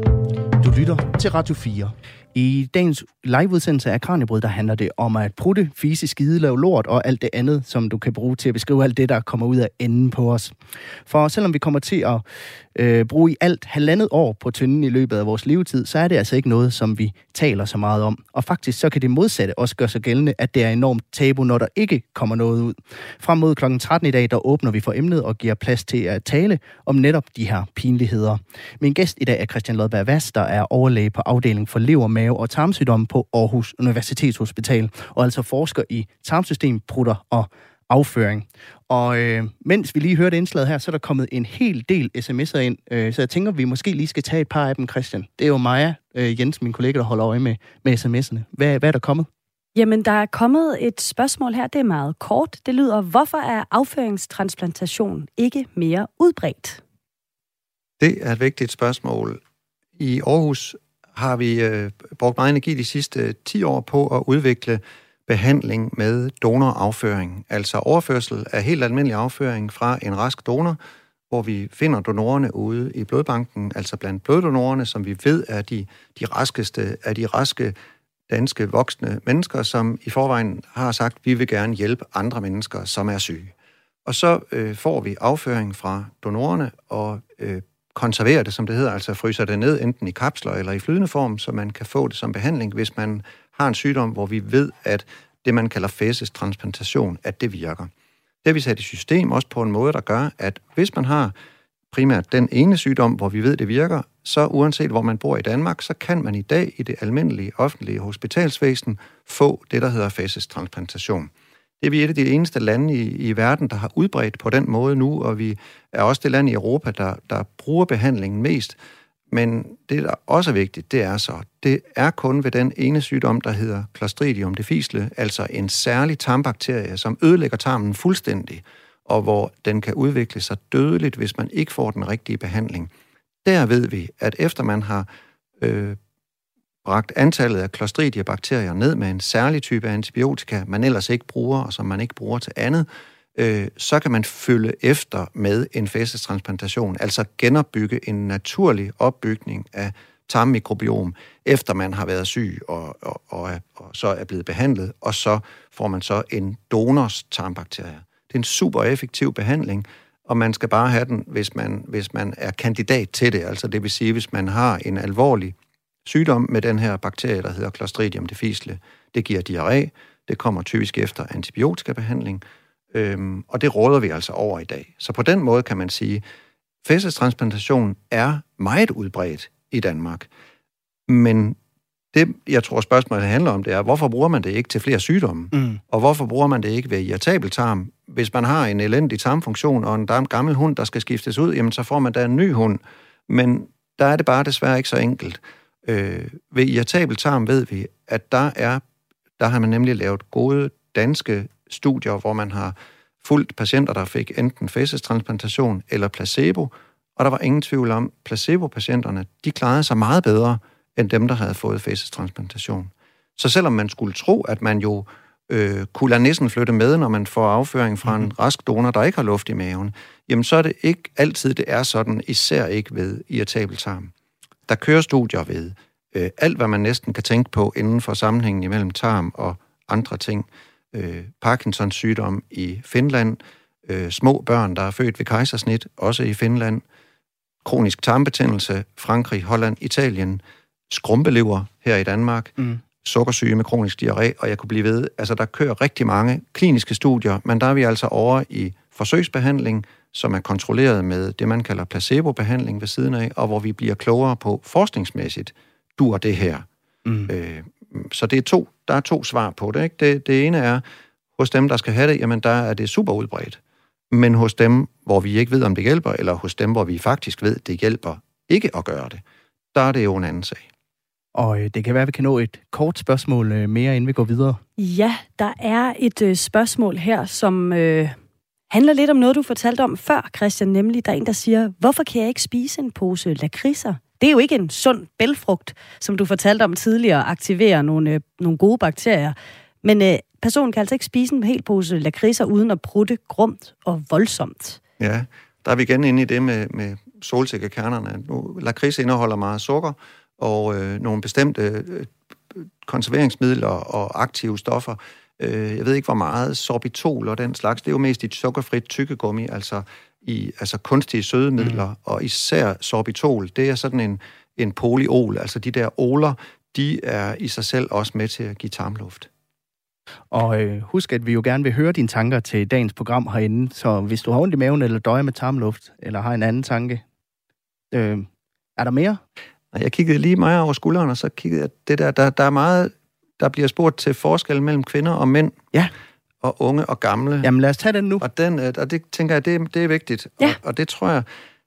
Du lytter til Radio fire. I dagens liveudsendelse af Kraniebrud, der handler det om at prutte, fise, skide, lave lort og alt det andet, som du kan bruge til at beskrive alt det, der kommer ud af enden på os. For selvom vi kommer til at øh, bruge i alt halvandet år på tynden i løbet af vores levetid, så er det altså ikke noget, som vi taler så meget om. Og faktisk så kan det modsatte også gøre sig gældende, at det er enormt tabu, når der ikke kommer noget ud. Frem mod klokken tretten i dag, der åbner vi for emnet og giver plads til at tale om netop de her pinligheder. Min gæst i dag er Christian Lodberg Vass, der er overlæge på afdeling for lever, mave og tarmsygdomme på Aarhus Universitetshospital, og altså forsker i tarmsystem, prutter og afføring. Og øh, mens vi lige hørte indslaget her, så er der kommet en hel del sms'er ind, øh, så jeg tænker, vi måske lige skal tage et par af dem, Christian. Det er jo Maja øh, Jensen, min kollega, der holder øje med, med sms'erne. Hvad, hvad er der kommet? Jamen, der er kommet et spørgsmål her, det er meget kort. Det lyder, hvorfor er afføringstransplantation ikke mere udbredt? Det er et vigtigt spørgsmål. I Aarhus har vi øh, brugt meget energi de sidste ti år på at udvikle behandling med donorafføring. Altså overførsel af helt almindelig afføring fra en rask donor, hvor vi finder donorerne ude i blodbanken, altså blandt bloddonorerne, som vi ved er de, de raskeste af de raske danske voksne mennesker, som i forvejen har sagt, at vi vil gerne hjælpe andre mennesker, som er syge. Og så øh, får vi afføring fra donorerne og øh, konserverer det, som det hedder, altså fryser det ned, enten i kapsler eller i flydende form, så man kan få det som behandling, hvis man har en sygdom, hvor vi ved, at det, man kalder fæcestransplantation, at det virker. Det har vi sat i system også på en måde, der gør, at hvis man har primært den ene sygdom, hvor vi ved, det virker, så uanset hvor man bor i Danmark, så kan man i dag i det almindelige offentlige hospitalsvæsen få det, der hedder fæcestransplantation. Det er vi et af de eneste lande i, i verden, der har udbredt på den måde nu, og vi er også det land i Europa, der, der bruger behandlingen mest. Men det, der også er vigtigt, det er så, det er kun ved den ene sygdom, der hedder Clostridium difficile, altså en særlig tarmbakterie, som ødelægger tarmen fuldstændig, og hvor den kan udvikle sig dødeligt, hvis man ikke får den rigtige behandling. Der ved vi, at efter man har øh, bragt antallet af Clostridia-bakterier ned med en særlig type antibiotika, man ellers ikke bruger, og som man ikke bruger til andet, øh, så kan man følge efter med en fæcestransplantation, altså genopbygge en naturlig opbygning af tarmmikrobiom, efter man har været syg og, og, og, og så er blevet behandlet, og så får man så en donors tarmbakterie. Det er en super effektiv behandling, og man skal bare have den, hvis man, hvis man er kandidat til det, altså det vil sige, hvis man har en alvorlig sygdom med den her bakterie, der hedder Clostridium difficile. Det giver diarré, det kommer typisk efter antibiotikabehandling, øhm, og det råder vi altså over i dag. Så på den måde kan man sige, at fæcestransplantation er meget udbredt i Danmark. Men det, jeg tror spørgsmålet handler om, det er, hvorfor bruger man det ikke til flere sygdomme? Mm. Og hvorfor bruger man det ikke ved irritabel tarm? Hvis man har en elendig tarmfunktion, og en gammel hund, der skal skiftes ud, jamen så får man da en ny hund. Men der er det bare desværre ikke så enkelt. Øh, ved irritabel tarm ved vi, at der er, der har man nemlig lavet gode danske studier, hvor man har fulgt patienter, der fik enten fæcestransplantation eller placebo, og der var ingen tvivl om, placebo-patienterne, de klarede sig meget bedre end dem, der havde fået fæcestransplantation. Så selvom man skulle tro, at man jo øh, kunne lade nissen flytte med, når man får afføring fra en rask donor, der ikke har luft i maven, jamen så er det ikke altid, det er sådan, især ikke ved irritabel tarm. Der kører studier ved øh, alt, hvad man næsten kan tænke på inden for sammenhængen imellem tarm og andre ting. Øh, Parkinsons sygdom i Finland, øh, små børn, der er født ved kejsersnit, også i Finland, kronisk tarmbetændelse, Frankrig, Holland, Italien, skrumpelever her i Danmark, mm. sukkersyge med kronisk diarré, og jeg kunne blive ved. Altså, der kører rigtig mange kliniske studier, men der er vi altså over i forsøgsbehandling, som er kontrolleret med det, man kalder placebobehandling ved siden af, og hvor vi bliver klogere på forskningsmæssigt, dur det her. Mm. Øh, så det er to, der er to svar på det, ikke? Det, det ene er, hos dem, der skal have det, jamen der er det super udbredt. Men hos dem, hvor vi ikke ved, om det hjælper, eller hos dem, hvor vi faktisk ved, det hjælper ikke at gøre det, der er det jo en anden sag. Og øh, det kan være, at vi kan nå et kort spørgsmål øh, mere, inden vi går videre. Ja, der er et øh, spørgsmål her, som øh, handler lidt om noget, du fortalte om før, Christian, nemlig der er en, der siger, hvorfor kan jeg ikke spise en pose lakridser? Det er jo ikke en sund bælgfrugt, som du fortalte om tidligere, aktiverer nogle, øh, nogle gode bakterier. Men øh, personen kan altså ikke spise en hel pose lakridser uden at prutte grumt og voldsomt. Ja, der er vi igen inde i det med, med solsikkekernerne. Nu, lakrids indeholder meget sukker og øh, nogle bestemte øh, konserveringsmidler og aktive stoffer. Øh, jeg ved ikke, hvor meget sorbitol og den slags. Det er jo mest i sukkerfrit tykkegummi, altså i altså kunstige sødemidler, mm. og især sorbitol. Det er sådan en, en polyol, altså de der oler, de er i sig selv også med til at give tarmluft. Og øh, husk, at vi jo gerne vil høre dine tanker til dagens program herinde, så hvis du har ondt i maven eller døjer med tarmluft, eller har en anden tanke, øh, er der mere? Jeg kiggede lige meget over skulderen, og så kiggede jeg, det der, der, der er meget, der bliver spurgt til forskel mellem kvinder og mænd, ja. Og unge og gamle. Jamen lad os tage den nu. Og, den, og det tænker jeg, det, det er vigtigt. Ja. Og, og det tror jeg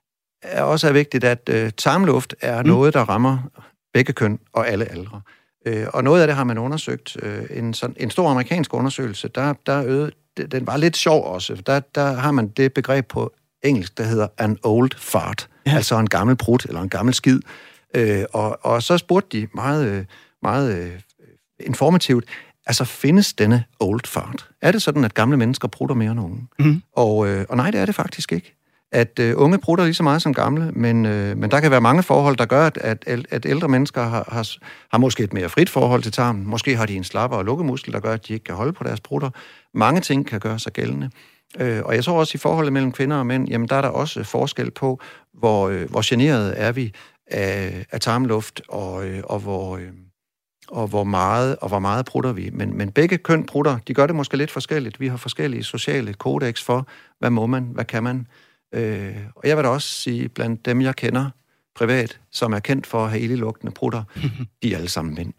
er også er vigtigt, at øh, tarmluft er mm. noget, der rammer begge køn og alle aldre. Øh, og noget af det har man undersøgt. Øh, en, sådan, en stor amerikansk undersøgelse, der, der øget, den var lidt sjov også. Der, der har man det begreb på engelsk, der hedder an old fart. Ja. Altså en gammel prut eller en gammel skid. Øh, og, og så spurgte de meget, meget øh, informativt, altså findes denne old fart? Er det sådan, at gamle mennesker prutter mere end unge? Mm. Og, øh, og nej, det er det faktisk ikke. At øh, unge prutter lige så meget som gamle, men, øh, men der kan være mange forhold, der gør, at, at, at ældre mennesker har, har, har måske et mere frit forhold til tarmen. Måske har de en slappere lukkemuskel, der gør, at de ikke kan holde på deres prutter. Mange ting kan gøre sig gældende. Øh, og jeg tror også, i forholdet mellem kvinder og mænd, jamen der er der også forskel på, hvor, øh, hvor generet er vi af, af tarmluft, og, øh, og hvor... Øh, og hvor meget, og hvor meget prutter vi. Men, men begge køn prutter, de gør det måske lidt forskelligt. Vi har forskellige sociale kodex for, hvad må man, hvad kan man. Øh, og jeg vil da også sige, blandt dem, jeg kender privat, som er kendt for at have ildelugtende prutter, de er alle sammen mænd.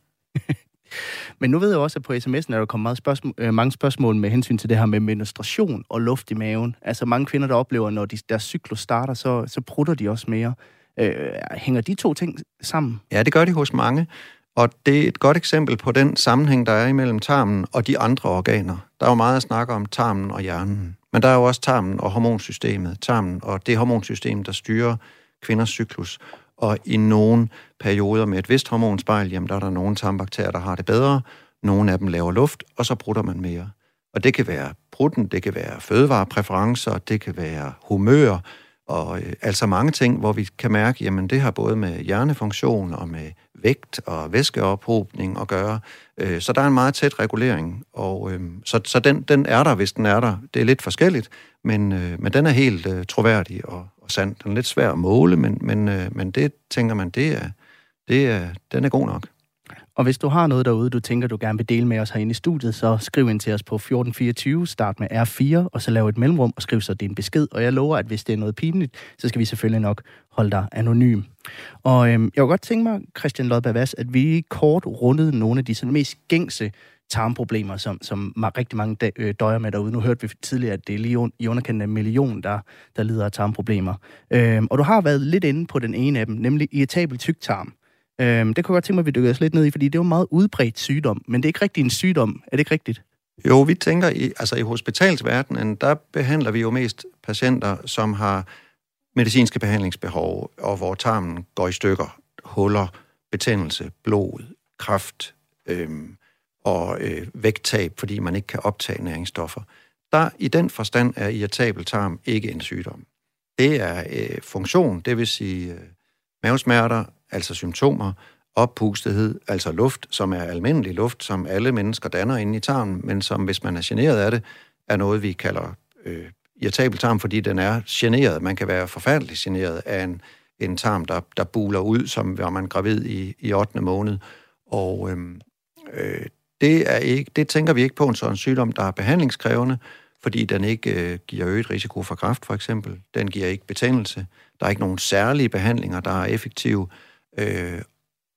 Men nu ved jeg også, at på sms'en er der kommet meget spørgsmål, øh, mange spørgsmål med hensyn til det her med menstruation og luft i maven. Altså mange kvinder, der oplever, når de, deres cyklus starter, så, så prutter de også mere. Øh, hænger de to ting sammen? Ja, det gør de hos mange. Og det er et godt eksempel på den sammenhæng, der er imellem tarmen og de andre organer. Der er jo meget at snakke om tarmen og hjernen. Men der er jo også tarmen og hormonsystemet. Tarmen og det hormonsystem, der styrer kvinders cyklus. Og i nogle perioder med et vist hormonspejl, jamen der er der nogle tarmbakterier, der har det bedre. Nogle af dem laver luft, og så prutter man mere. Og det kan være prutten, det kan være fødevarepræferencer, det kan være humør, og øh, altså mange ting, hvor vi kan mærke, jamen det har både med hjernefunktion og med vægt og væskeophobning at gøre. Øh, så der er en meget tæt regulering, og øh, så, så den, den er der, hvis den er der. Det er lidt forskelligt, men, øh, men den er helt øh, troværdig og, og sand. Den er lidt svær at måle, men, men, øh, men det tænker man, det er, det er, den er god nok. Og hvis du har noget derude, du tænker, du gerne vil dele med os herinde i studiet, så skriv ind til os på fjorten fireogtyve, start med R fire, og så lav et mellemrum og skriv så din besked. Og jeg lover, at hvis det er noget pinligt, så skal vi selvfølgelig nok holde dig anonym. Og øhm, jeg kunne godt tænke mig, Christian Lodberg Hvass, at vi kort rundede nogle af de sådan, mest gængse tarmproblemer, som, som rigtig mange døjer med derude. Nu hørte vi tidligere, at det er lige i underkanten af en million, der, der lider af tarmproblemer. Øhm, og du har været lidt inde på den ene af dem, nemlig irritabel tyktarm. Øhm, det kunne jeg godt tænke mig, at vi dykker os lidt ned i, fordi det er jo en meget udbredt sygdom, men det er ikke rigtig en sygdom. Er det ikke rigtigt? Jo, vi tænker, i, altså i hospitalsverdenen, der behandler vi jo mest patienter, som har medicinske behandlingsbehov, og hvor tarmen går i stykker, huller, betændelse, blod, kræft øhm, og øh, vægttab, fordi man ikke kan optage næringsstoffer. Der i den forstand er irritabel tarm ikke en sygdom. Det er øh, funktion, det vil sige øh, mavesmerter, altså symptomer, oppustethed, altså luft, som er almindelig luft, som alle mennesker danner inde i tarmen, men som, hvis man er generet af det, er noget, vi kalder øh, irritabel tarm, fordi den er generet. Man kan være forfærdeligt generet af en, en tarm, der, der buler ud, som var man gravid i, i ottende måned. Og øh, øh, det, er ikke, det tænker vi ikke på en sådan sygdom, der er behandlingskrævende, fordi den ikke øh, giver øget risiko for kræft, for eksempel. Den giver ikke betændelse. Der er ikke nogen særlige behandlinger, der er effektive. Øh,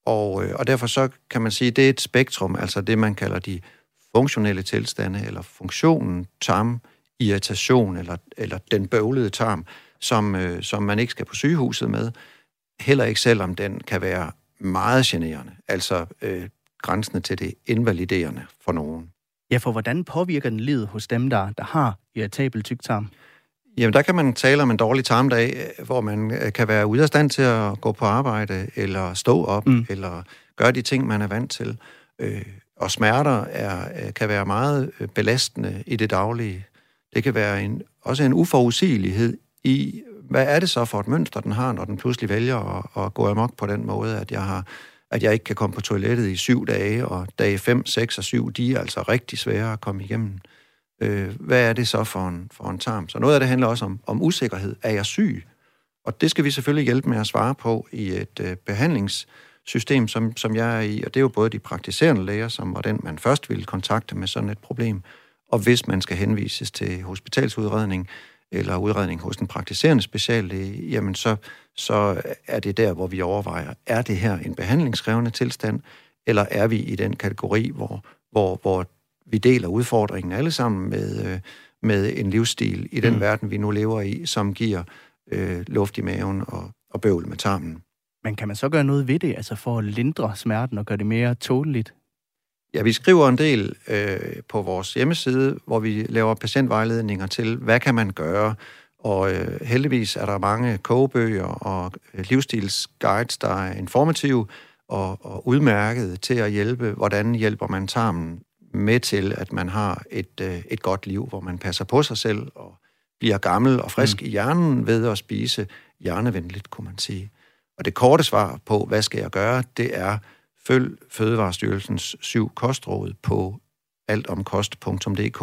Og, øh, og derfor så kan man sige, at det er et spektrum, altså det, man kalder de funktionelle tilstande, eller funktionen, tarm, irritation, eller, eller den bøvlede tarm, som, øh, som man ikke skal på sygehuset med, heller ikke selvom den kan være meget generende, altså øh, grænsende til det invaliderende for nogen. Ja, for hvordan påvirker den livet hos dem, der, der har irritabel tyktarm? Jamen, der kan man tale om en dårlig tarmdag, hvor man kan være ude af stand til at gå på arbejde, eller stå op, mm. eller gøre de ting, man er vant til. Øh, og smerter er, kan være meget belastende i det daglige. Det kan være en, også en uforudsigelighed i, hvad er det så for et mønster, den har, når den pludselig vælger at, at gå amok på den måde, at jeg har at jeg ikke kan komme på toilettet i syv dage, og dage fem, seks og syv, de er altså rigtig svære at komme igennem. Øh, hvad er det så for en, for en tarm? Så noget af det handler også om, om usikkerhed. Er jeg syg? Og det skal vi selvfølgelig hjælpe med at svare på i et øh, behandlingssystem, som, som jeg er i, og det er jo både de praktiserende læger, som var den, man først ville kontakte med sådan et problem, og hvis man skal henvises til hospitalsudredning, eller udredning hos den praktiserende speciallæge, jamen så, så er det der, hvor vi overvejer, er det her en behandlingskrævende tilstand, eller er vi i den kategori, hvor, hvor, hvor vi deler udfordringen alle sammen med, med en livsstil i den mm. verden, vi nu lever i, som giver øh, luft i maven og, og bøvl med tarmen. Men kan man så gøre noget ved det, altså for at lindre smerten og gøre det mere tåleligt? Ja, vi skriver en del øh, på vores hjemmeside, hvor vi laver patientvejledninger til, hvad kan man gøre, og øh, heldigvis er der mange kogebøger og øh, livsstilsguides, der er informative og, og udmærket til at hjælpe, hvordan hjælper man tarmen med til, at man har et, øh, et godt liv, hvor man passer på sig selv og bliver gammel og frisk mm. i hjernen ved at spise hjernevenligt, kunne man sige. Og det korte svar på, hvad skal jeg gøre, det er følg Fødevarestyrelsens syv kostråd på altomkost punktum d k.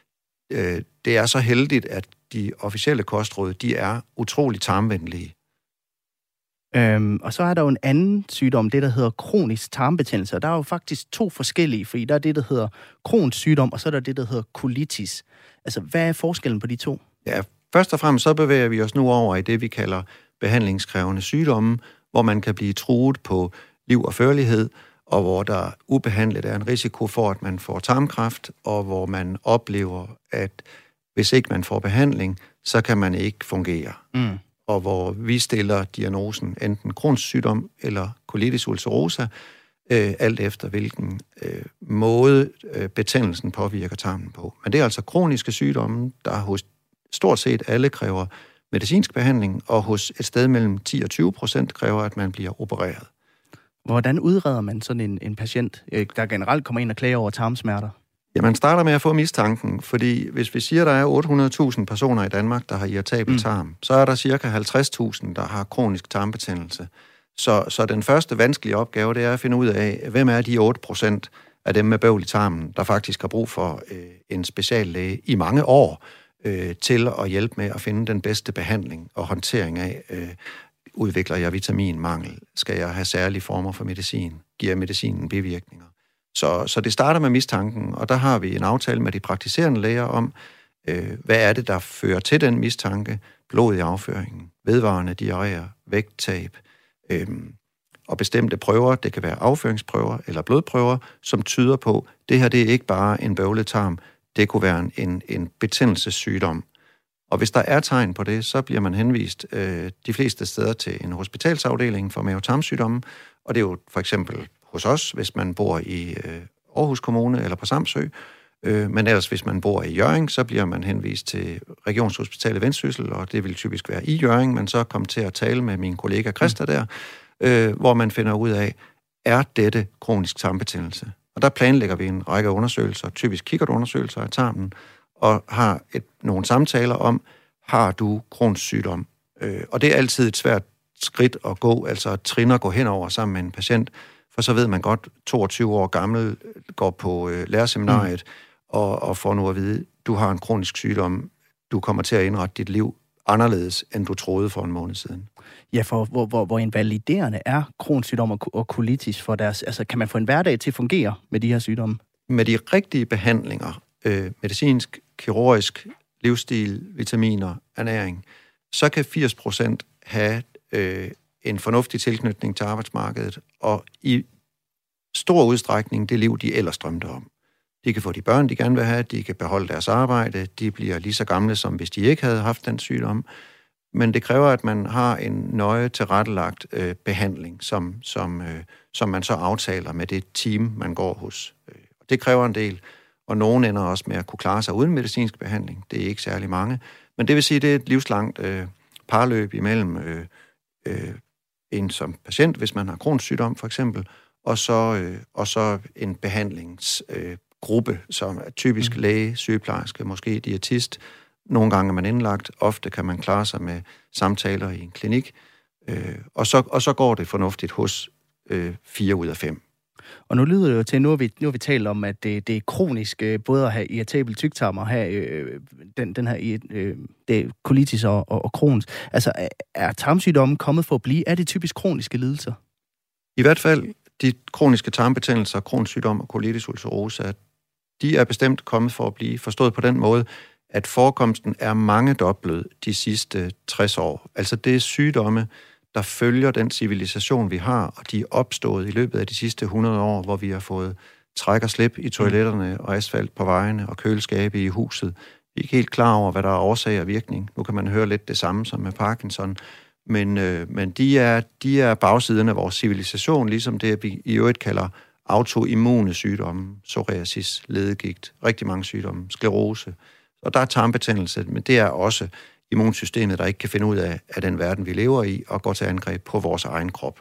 Det er så heldigt, at de officielle kostråd, de er utroligt tarmvenlige. Øhm, og så er der jo en anden sygdom, det der hedder kronisk tarmbetændelse. Og der er jo faktisk to forskellige, fordi der er det, der hedder Crohns sygdom, og så er der det, der hedder colitis. Altså, hvad er forskellen på de to? Ja, først og fremmest så bevæger vi os nu over i det, vi kalder behandlingskrævende sygdomme, hvor man kan blive truet på liv og førlighed, og hvor der ubehandlet er en risiko for, at man får tarmkræft, og hvor man oplever, at hvis ikke man får behandling, så kan man ikke fungere. Mm. Og hvor vi stiller diagnosen enten Crohns sygdom eller colitis ulcerosa, øh, alt efter hvilken øh, måde øh, betændelsen påvirker tarmen på. Men det er altså kroniske sygdomme, der hos stort set alle kræver medicinsk behandling, og hos et sted mellem ti og tyve procent kræver, at man bliver opereret. Hvordan udreder man sådan en, en patient, der generelt kommer ind og klager over tarmsmerter? Ja, man starter med at få mistanken, fordi hvis vi siger, at der er otte hundrede tusind personer i Danmark, der har irritabel mm. tarm, så er der cirka halvtreds tusind, der har kronisk tarmbetændelse. Så, så den første vanskelige opgave, det er at finde ud af, hvem er de otte procent af dem med bøvl i tarmen, der faktisk har brug for øh, en speciallæge i mange år øh, til at hjælpe med at finde den bedste behandling og håndtering af, øh, udvikler jeg vitaminmangel, skal jeg have særlige former for medicin, giver medicinen bivirkninger. Så, så det starter med mistanken, og der har vi en aftale med de praktiserende læger om, øh, hvad er det, der fører til den mistanke, blod i afføringen, vedvarende diarréer, vægttab, øh, og bestemte prøver, det kan være afføringsprøver eller blodprøver, som tyder på, det her det er ikke bare en bøvlet tarm, det kunne være en, en betændelsessygdom. Og hvis der er tegn på det, så bliver man henvist øh, de fleste steder til en hospitalsafdeling for mave-tarmsygdomme, og det er jo for eksempel hos os, hvis man bor i øh, Aarhus Kommune eller på Samsø, øh, men ellers hvis man bor i Hjørring, så bliver man henvist til Regionshospitalet Vendsyssel, og det vil typisk være i Hjørring, men så kom til at tale med min kollega Christa der, øh, hvor man finder ud af, er dette kronisk tarmbetændelse? Og der planlægger vi en række undersøgelser, typisk kikkertundersøgelser af tarmen, og har et, nogle samtaler om, har du Crohns sygdom? Øh, og det er altid et svært skridt at gå, altså trin at gå henover sammen med en patient, for så ved man godt, toogtyve år gammel, går på øh, lærerseminariet, mm. og, og får nu at vide, du har en kronisk sygdom, du kommer til at indrette dit liv anderledes, end du troede for en måned siden. Ja, for hvor, hvor, hvor invaliderende er Crohns sygdom og, og colitis for deres, altså kan man få en hverdag til at fungere med de her sygdomme? Med de rigtige behandlinger, øh, medicinsk, kirurgisk, livsstil, vitaminer, ernæring, så kan firs procent have øh, en fornuftig tilknytning til arbejdsmarkedet, og i stor udstrækning det liv, de ellers drømte om. De kan få de børn, de gerne vil have, de kan beholde deres arbejde, de bliver lige så gamle, som hvis de ikke havde haft den sygdom. Men det kræver, at man har en nøje tilrettelagt øh, behandling, som, som, øh, som man så aftaler med det team, man går hos. Det kræver en del, og nogen ender også med at kunne klare sig uden medicinsk behandling. Det er ikke særlig mange. Men det vil sige, at det er et livslangt øh, parløb imellem øh, øh, en som patient, hvis man har Crohns sygdom for eksempel, og så, øh, og så en behandlingsgruppe, øh, som er typisk mm. læge, sygeplejerske, måske diætist. Nogle gange er man indlagt, ofte kan man klare sig med samtaler i en klinik, øh, og, så, og så går det fornuftigt hos øh, fire ud af fem. Og nu lyder det jo til, nu har vi, nu har vi talt om, at det, det er kronisk, både at have irritabel tyktarm og have øh, den, den her øh, det, colitis og, og, og Crohns. Altså, er, er tarmsygdommen kommet for at blive? Er det typisk kroniske lidelser? I hvert fald de kroniske tarmbetændelser, Crohns sygdom og colitis ulcerosa, de er bestemt kommet for at blive, forstået på den måde, at forekomsten er mangedoblet de sidste tres år. Altså det er sygdomme, der følger den civilisation, vi har, og de er opstået i løbet af de sidste hundrede år, hvor vi har fået træk og slip i toiletterne og asfalt på vejene og køleskabe i huset. Vi er ikke helt klar over, hvad der er årsag og virkning. Nu kan man høre lidt det samme som med Parkinson, men, øh, men de, er, de er bagsiden af vores civilisation, ligesom det, vi i øvrigt kalder autoimmune sygdomme, psoriasis, ledegigt, rigtig mange sygdomme, sklerose. Og der er tarmbetændelse, men det er også immunsystemet, der ikke kan finde ud af, af den verden, vi lever i, og går til angreb på vores egen krop.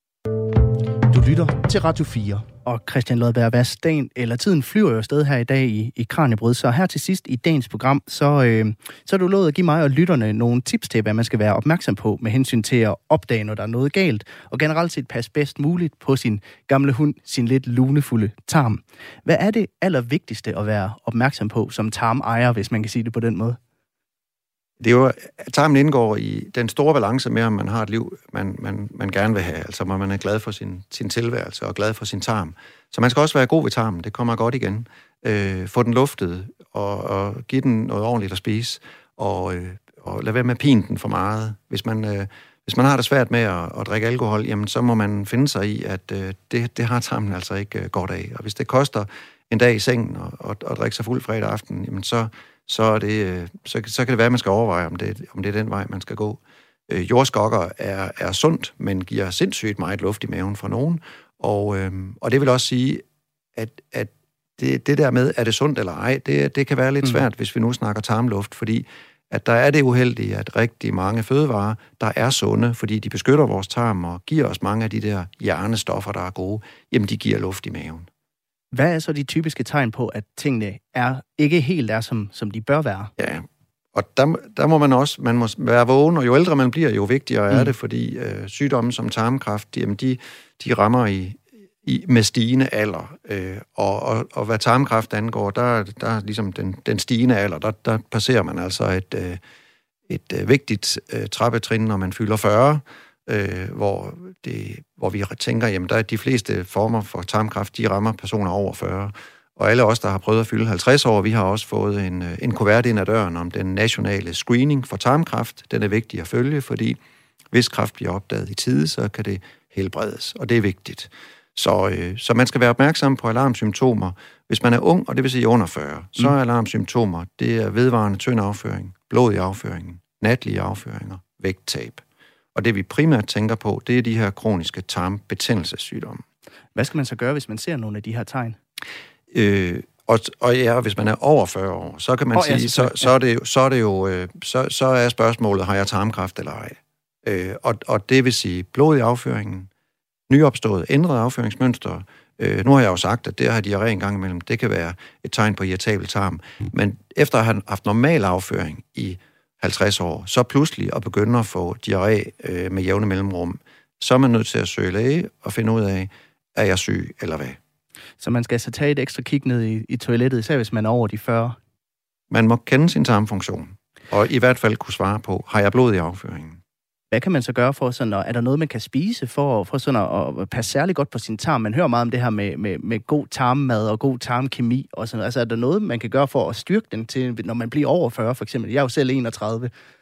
Du lytter til Radio fire, og Christian Lodberg Hvas, dagen, eller tiden flyver jo afsted her i dag i, i Kraniebrud, så her til sidst i dagens program, så, øh, så er du lovet at give mig og lytterne nogle tips til, hvad man skal være opmærksom på med hensyn til at opdage, når der er noget galt, og generelt set passe bedst muligt på sin gamle hund, sin lidt lunefulde tarm. Hvad er det allervigtigste at være opmærksom på som tarmejer, hvis man kan sige det på den måde? Det er jo, at tarmen indgår i den store balance med, om man har et liv, man, man, man gerne vil have. Altså, om man er glad for sin, sin tilværelse og glad for sin tarm. Så man skal også være god ved tarmen. Det kommer godt igen. Øh, få den luftet og, og give den noget ordentligt at spise. Og, øh, og lad være med at pine den for meget. Hvis man, øh, hvis man har det svært med at, at drikke alkohol, jamen, så må man finde sig i, at øh, det, det har tarmen altså ikke øh, godt af. Og hvis det koster en dag i sengen og, og, og drikke sig fuld fredag aften, jamen så... Så, er det, så, så kan det være, at man skal overveje, om det, om det er den vej, man skal gå. Øh, jordskokker er, er sundt, men giver sindssygt meget luft i maven for nogen. Og, øh, og det vil også sige, at, at det, det der med, er det sundt eller ej, det, det kan være lidt svært, mm. hvis vi nu snakker tarmluft, fordi at der er det uheldige, at rigtig mange fødevarer, der er sunde, fordi de beskytter vores tarm og giver os mange af de der hjernestoffer, der er gode, jamen de giver luft i maven. Hvad er så de typiske tegn på, at tingene er ikke helt er, som, som de bør være? Ja, og der, der må man også man må være vågen, og jo ældre man bliver, jo vigtigere mm. er det, fordi øh, sygdomme som tarmkræft, jamen de, de rammer i, i, med stigende alder. Øh, og, og, og hvad tarmkræft angår, der, der er ligesom den, den stigende alder, der, der passerer man altså et, øh, et øh, vigtigt øh, trappetrin, når man fylder fyrre, øh, hvor, det, hvor vi tænker, jamen der er de fleste former for tarmkræft, de rammer personer over fyrre. Og alle os, der har prøvet at fylde halvtreds år, vi har også fået en, en kuvert ind ad døren om den nationale screening for tarmkræft. Den er vigtig at følge, fordi hvis kræft bliver opdaget i tide, så kan det helbredes, og det er vigtigt. Så, øh, så man skal være opmærksom på alarmsymptomer. Hvis man er ung, og det vil sige under fyrre, så er alarmsymptomer, det er vedvarende tynd afføring, blod i afføringen, natlige afføringer, vægttab. Og det vi primært tænker på, det er de her kroniske tarmbetændelsessygdomme. Hvad skal man så gøre, hvis man ser nogle af de her tegn? Øh, og, og ja, hvis man er over fyrre år, så kan man oh, sige, ja, så, så, er det jo, så er det jo, øh, så, så er spørgsmålet, har jeg tarmkræft eller ej? Øh, og, og det vil sige blod i afføringen, nyopstået, ændret afføringsmønster. Øh, nu har jeg jo sagt, at det at have diarré en gang imellem, det kan være et tegn på irritabel tarm. Men efter at have haft normal afføring i halvtreds år, så pludselig at begynde at få diarré øh, med jævne mellemrum, så er man nødt til at søge læge og finde ud af, er jeg syg eller hvad? Så man skal altså tage et ekstra kig ned i, i toilettet, især hvis man er over de fyrre? Man må kende sin tarmfunktion, og i hvert fald kunne svare på, har jeg blod i afføringen? Hvad kan man så gøre for sådan, og er der noget, man kan spise for, for sådan at passe særlig godt på sin tarm? Man hører meget om det her med, med, med god tarmmad og god tarmkemi og sådan noget. Altså er der noget, man kan gøre for at styrke den til, når man bliver over fyrre for eksempel? Jeg er jo selv enogtredive.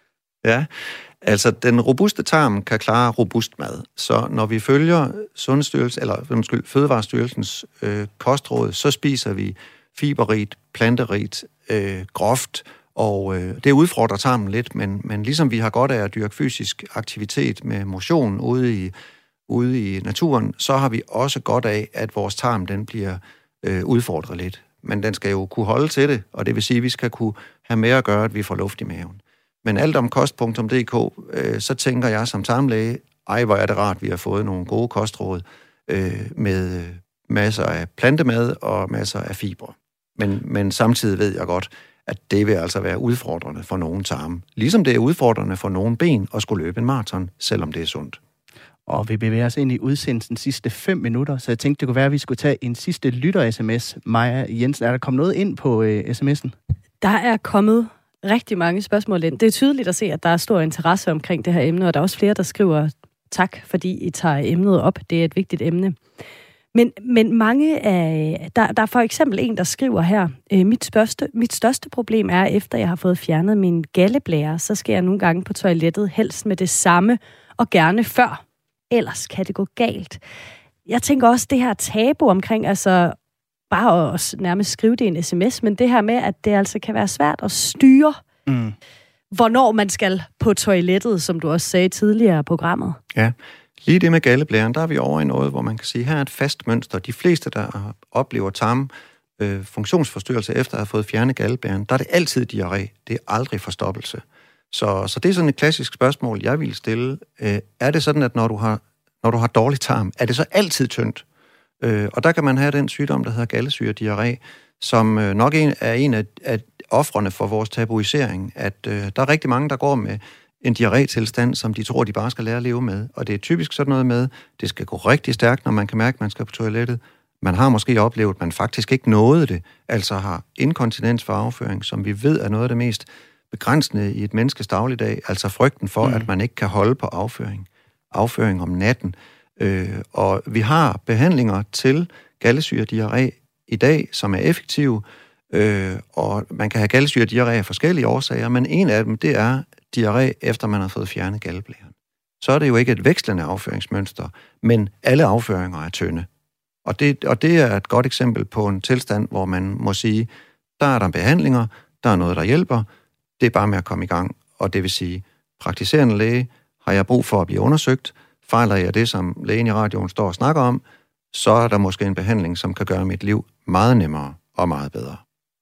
Ja, altså den robuste tarm kan klare robust mad. Så når vi følger Sundhedsstyrelsen, eller undskyld, Fødevarestyrelsens øh, kostråd, så spiser vi fiberrigt, planterigt, øh, groft, og øh, det udfordrer tarmen lidt, men, men ligesom vi har godt af at dyrke fysisk aktivitet med motion ude i, ude i naturen, så har vi også godt af, at vores tarm den bliver øh, udfordret lidt. Men den skal jo kunne holde til det, og det vil sige, at vi skal kunne have mere at gøre, at vi får luft i maven. Men alt om kost punktum d k, øh, så tænker jeg som tarmlæge, ej hvor er det rart, vi har fået nogle gode kostråd øh, med masser af plantemad og masser af fibre. Men, men samtidig ved jeg godt, at det vil altså være udfordrende for nogle tarme. Ligesom det er udfordrende for nogle ben at skulle løbe en maraton, selvom det er sundt. Og vi bevæger os ind i udsendelsens sidste fem minutter, så jeg tænkte, det kunne være, at vi skulle tage en sidste lytter-sms. Maja Jensen, er der kommet noget ind på øh, sms'en? Der er kommet rigtig mange spørgsmål ind. Det er tydeligt at se, at der er stor interesse omkring det her emne, og der er også flere, der skriver tak, fordi I tager emnet op. Det er et vigtigt emne. Men, men mange af... Der, der er for eksempel en, der skriver her, øh, mit, største, mit største problem er, efter jeg har fået fjernet min galleblære, så skal jeg nogle gange på toilettet, helst med det samme, og gerne før. Ellers kan det gå galt. Jeg tænker også, det her tabu omkring, altså bare at nærmest skrive det i en sms, men det her med, at det altså kan være svært at styre, mm. hvornår man skal på toilettet, som du også sagde tidligere i programmet. Ja, lige det med galleblæren, der er vi over i noget, hvor man kan sige, her er et fast mønster. De fleste, der oplever tarm øh, funktionsforstyrrelse efter at have fået fjernet galleblæren, der er det altid diarré. Det er aldrig forstoppelse. Så, så det er sådan et klassisk spørgsmål, jeg vil stille. Øh, er det sådan, at når du har, når du har dårlig tarm, er det så altid tyndt? Øh, og der kan man have den sygdom, der hedder galdesyre-diarré, som øh, nok en, er en af, af ofrene for vores tabuisering. At øh, der er rigtig mange, der går med en diarré-tilstand, som de tror, de bare skal lære at leve med. Og det er typisk sådan noget med, det skal gå rigtig stærkt, når man kan mærke, at man skal på toilettet. Man har måske oplevet, at man faktisk ikke nåede det, altså har inkontinens for afføring, som vi ved er noget af det mest begrænsende i et menneskes dagligdag, altså frygten for, mm. at man ikke kan holde på afføring. Afføring om natten. Øh, og vi har behandlinger til galdesyre-diarré i dag, som er effektive, øh, og man kan have galdesyre-diarré af forskellige årsager, men en af dem, det er diarré, efter man har fået fjernet galdeblæren. Så er det jo ikke et vekslende afføringsmønster, men alle afføringer er tynde. Og det, og det er et godt eksempel på en tilstand, hvor man må sige, der er der behandlinger, der er noget, der hjælper, det er bare med at komme i gang. Og det vil sige, praktiserende læge, har jeg brug for at blive undersøgt, fejler jeg det, som lægen i radioen står og snakker om, så er der måske en behandling, som kan gøre mit liv meget nemmere og meget bedre.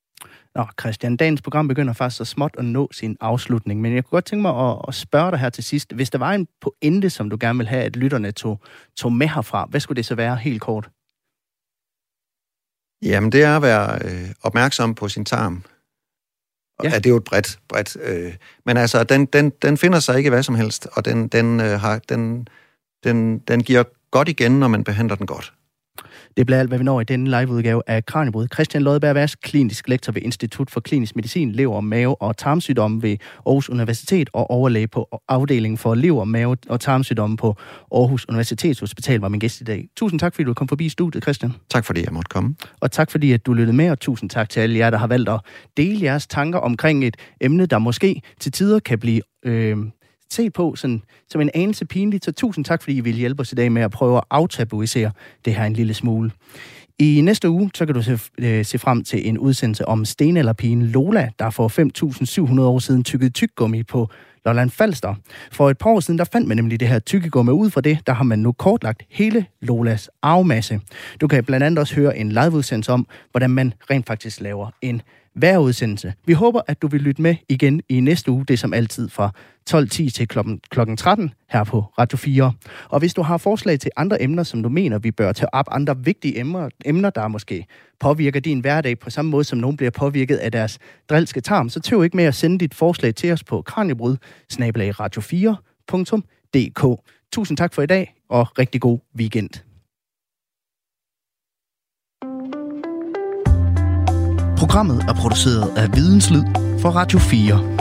Nå, Christian, dagens program begynder faktisk så småt at nå sin afslutning, men jeg kunne godt tænke mig at, at spørge dig her til sidst. Hvis der var en pointe, som du gerne vil have, at lytterne tog, tog med herfra, hvad skulle det så være helt kort? Jamen, det er at være øh, opmærksom på sin tarm. Ja. Ja, det er jo et bredt, bredt øh, men altså, den, den, den finder sig ikke hvad som helst, og den, den, øh, har, den, den, den giver godt igen, når man behandler den godt. Det bliver alt, hvad vi når i denne liveudgave af Kraniebrud. Christian Lodberg Vask, klinisk lektor ved Institut for Klinisk Medicin, Lever, Mave og Tarmsygdomme ved Aarhus Universitet og overlæge på afdelingen for lever, mave og tarmsygdomme på Aarhus Universitetshospital, var min gæst i dag. Tusind tak, fordi du kom forbi studiet, Christian. Tak fordi jeg måtte komme. Og tak fordi, at du lyttede med, og tusind tak til alle jer, der har valgt at dele jeres tanker omkring et emne, der måske til tider kan blive øh, set på sådan, som en anelse pinligt. Så tusind tak, fordi I vil hjælpe os i dag med at prøve at aftabuisere det her en lille smule. I næste uge, så kan du se, øh, se frem til en udsendelse om stenalderpigen Lola, der for fem tusind syv hundrede år siden tykkede tyggegummi på Lolland Falster. For et par år siden, der fandt man nemlig det her tyggegummi. Ud fra det, der har man nu kortlagt hele Lolas arvemasse. Du kan blandt andet også høre en liveudsendelse om, hvordan man rent faktisk laver en vejrudsendelse. Vi håber, at du vil lytte med igen i næste uge. Det er som altid fra tolv ti til klokken tretten her på Radio fire. Og hvis du har forslag til andre emner, som du mener, vi bør tage op, andre vigtige emner, emner der måske påvirker din hverdag på samme måde, som nogen bliver påvirket af deres drilske tarm, så tøv ikke med at sende dit forslag til os på kraniebrud snabel-a radio fire punktum d k. Tusind tak for i dag, og rigtig god weekend. Programmet er produceret af Videnslyd for Radio fire.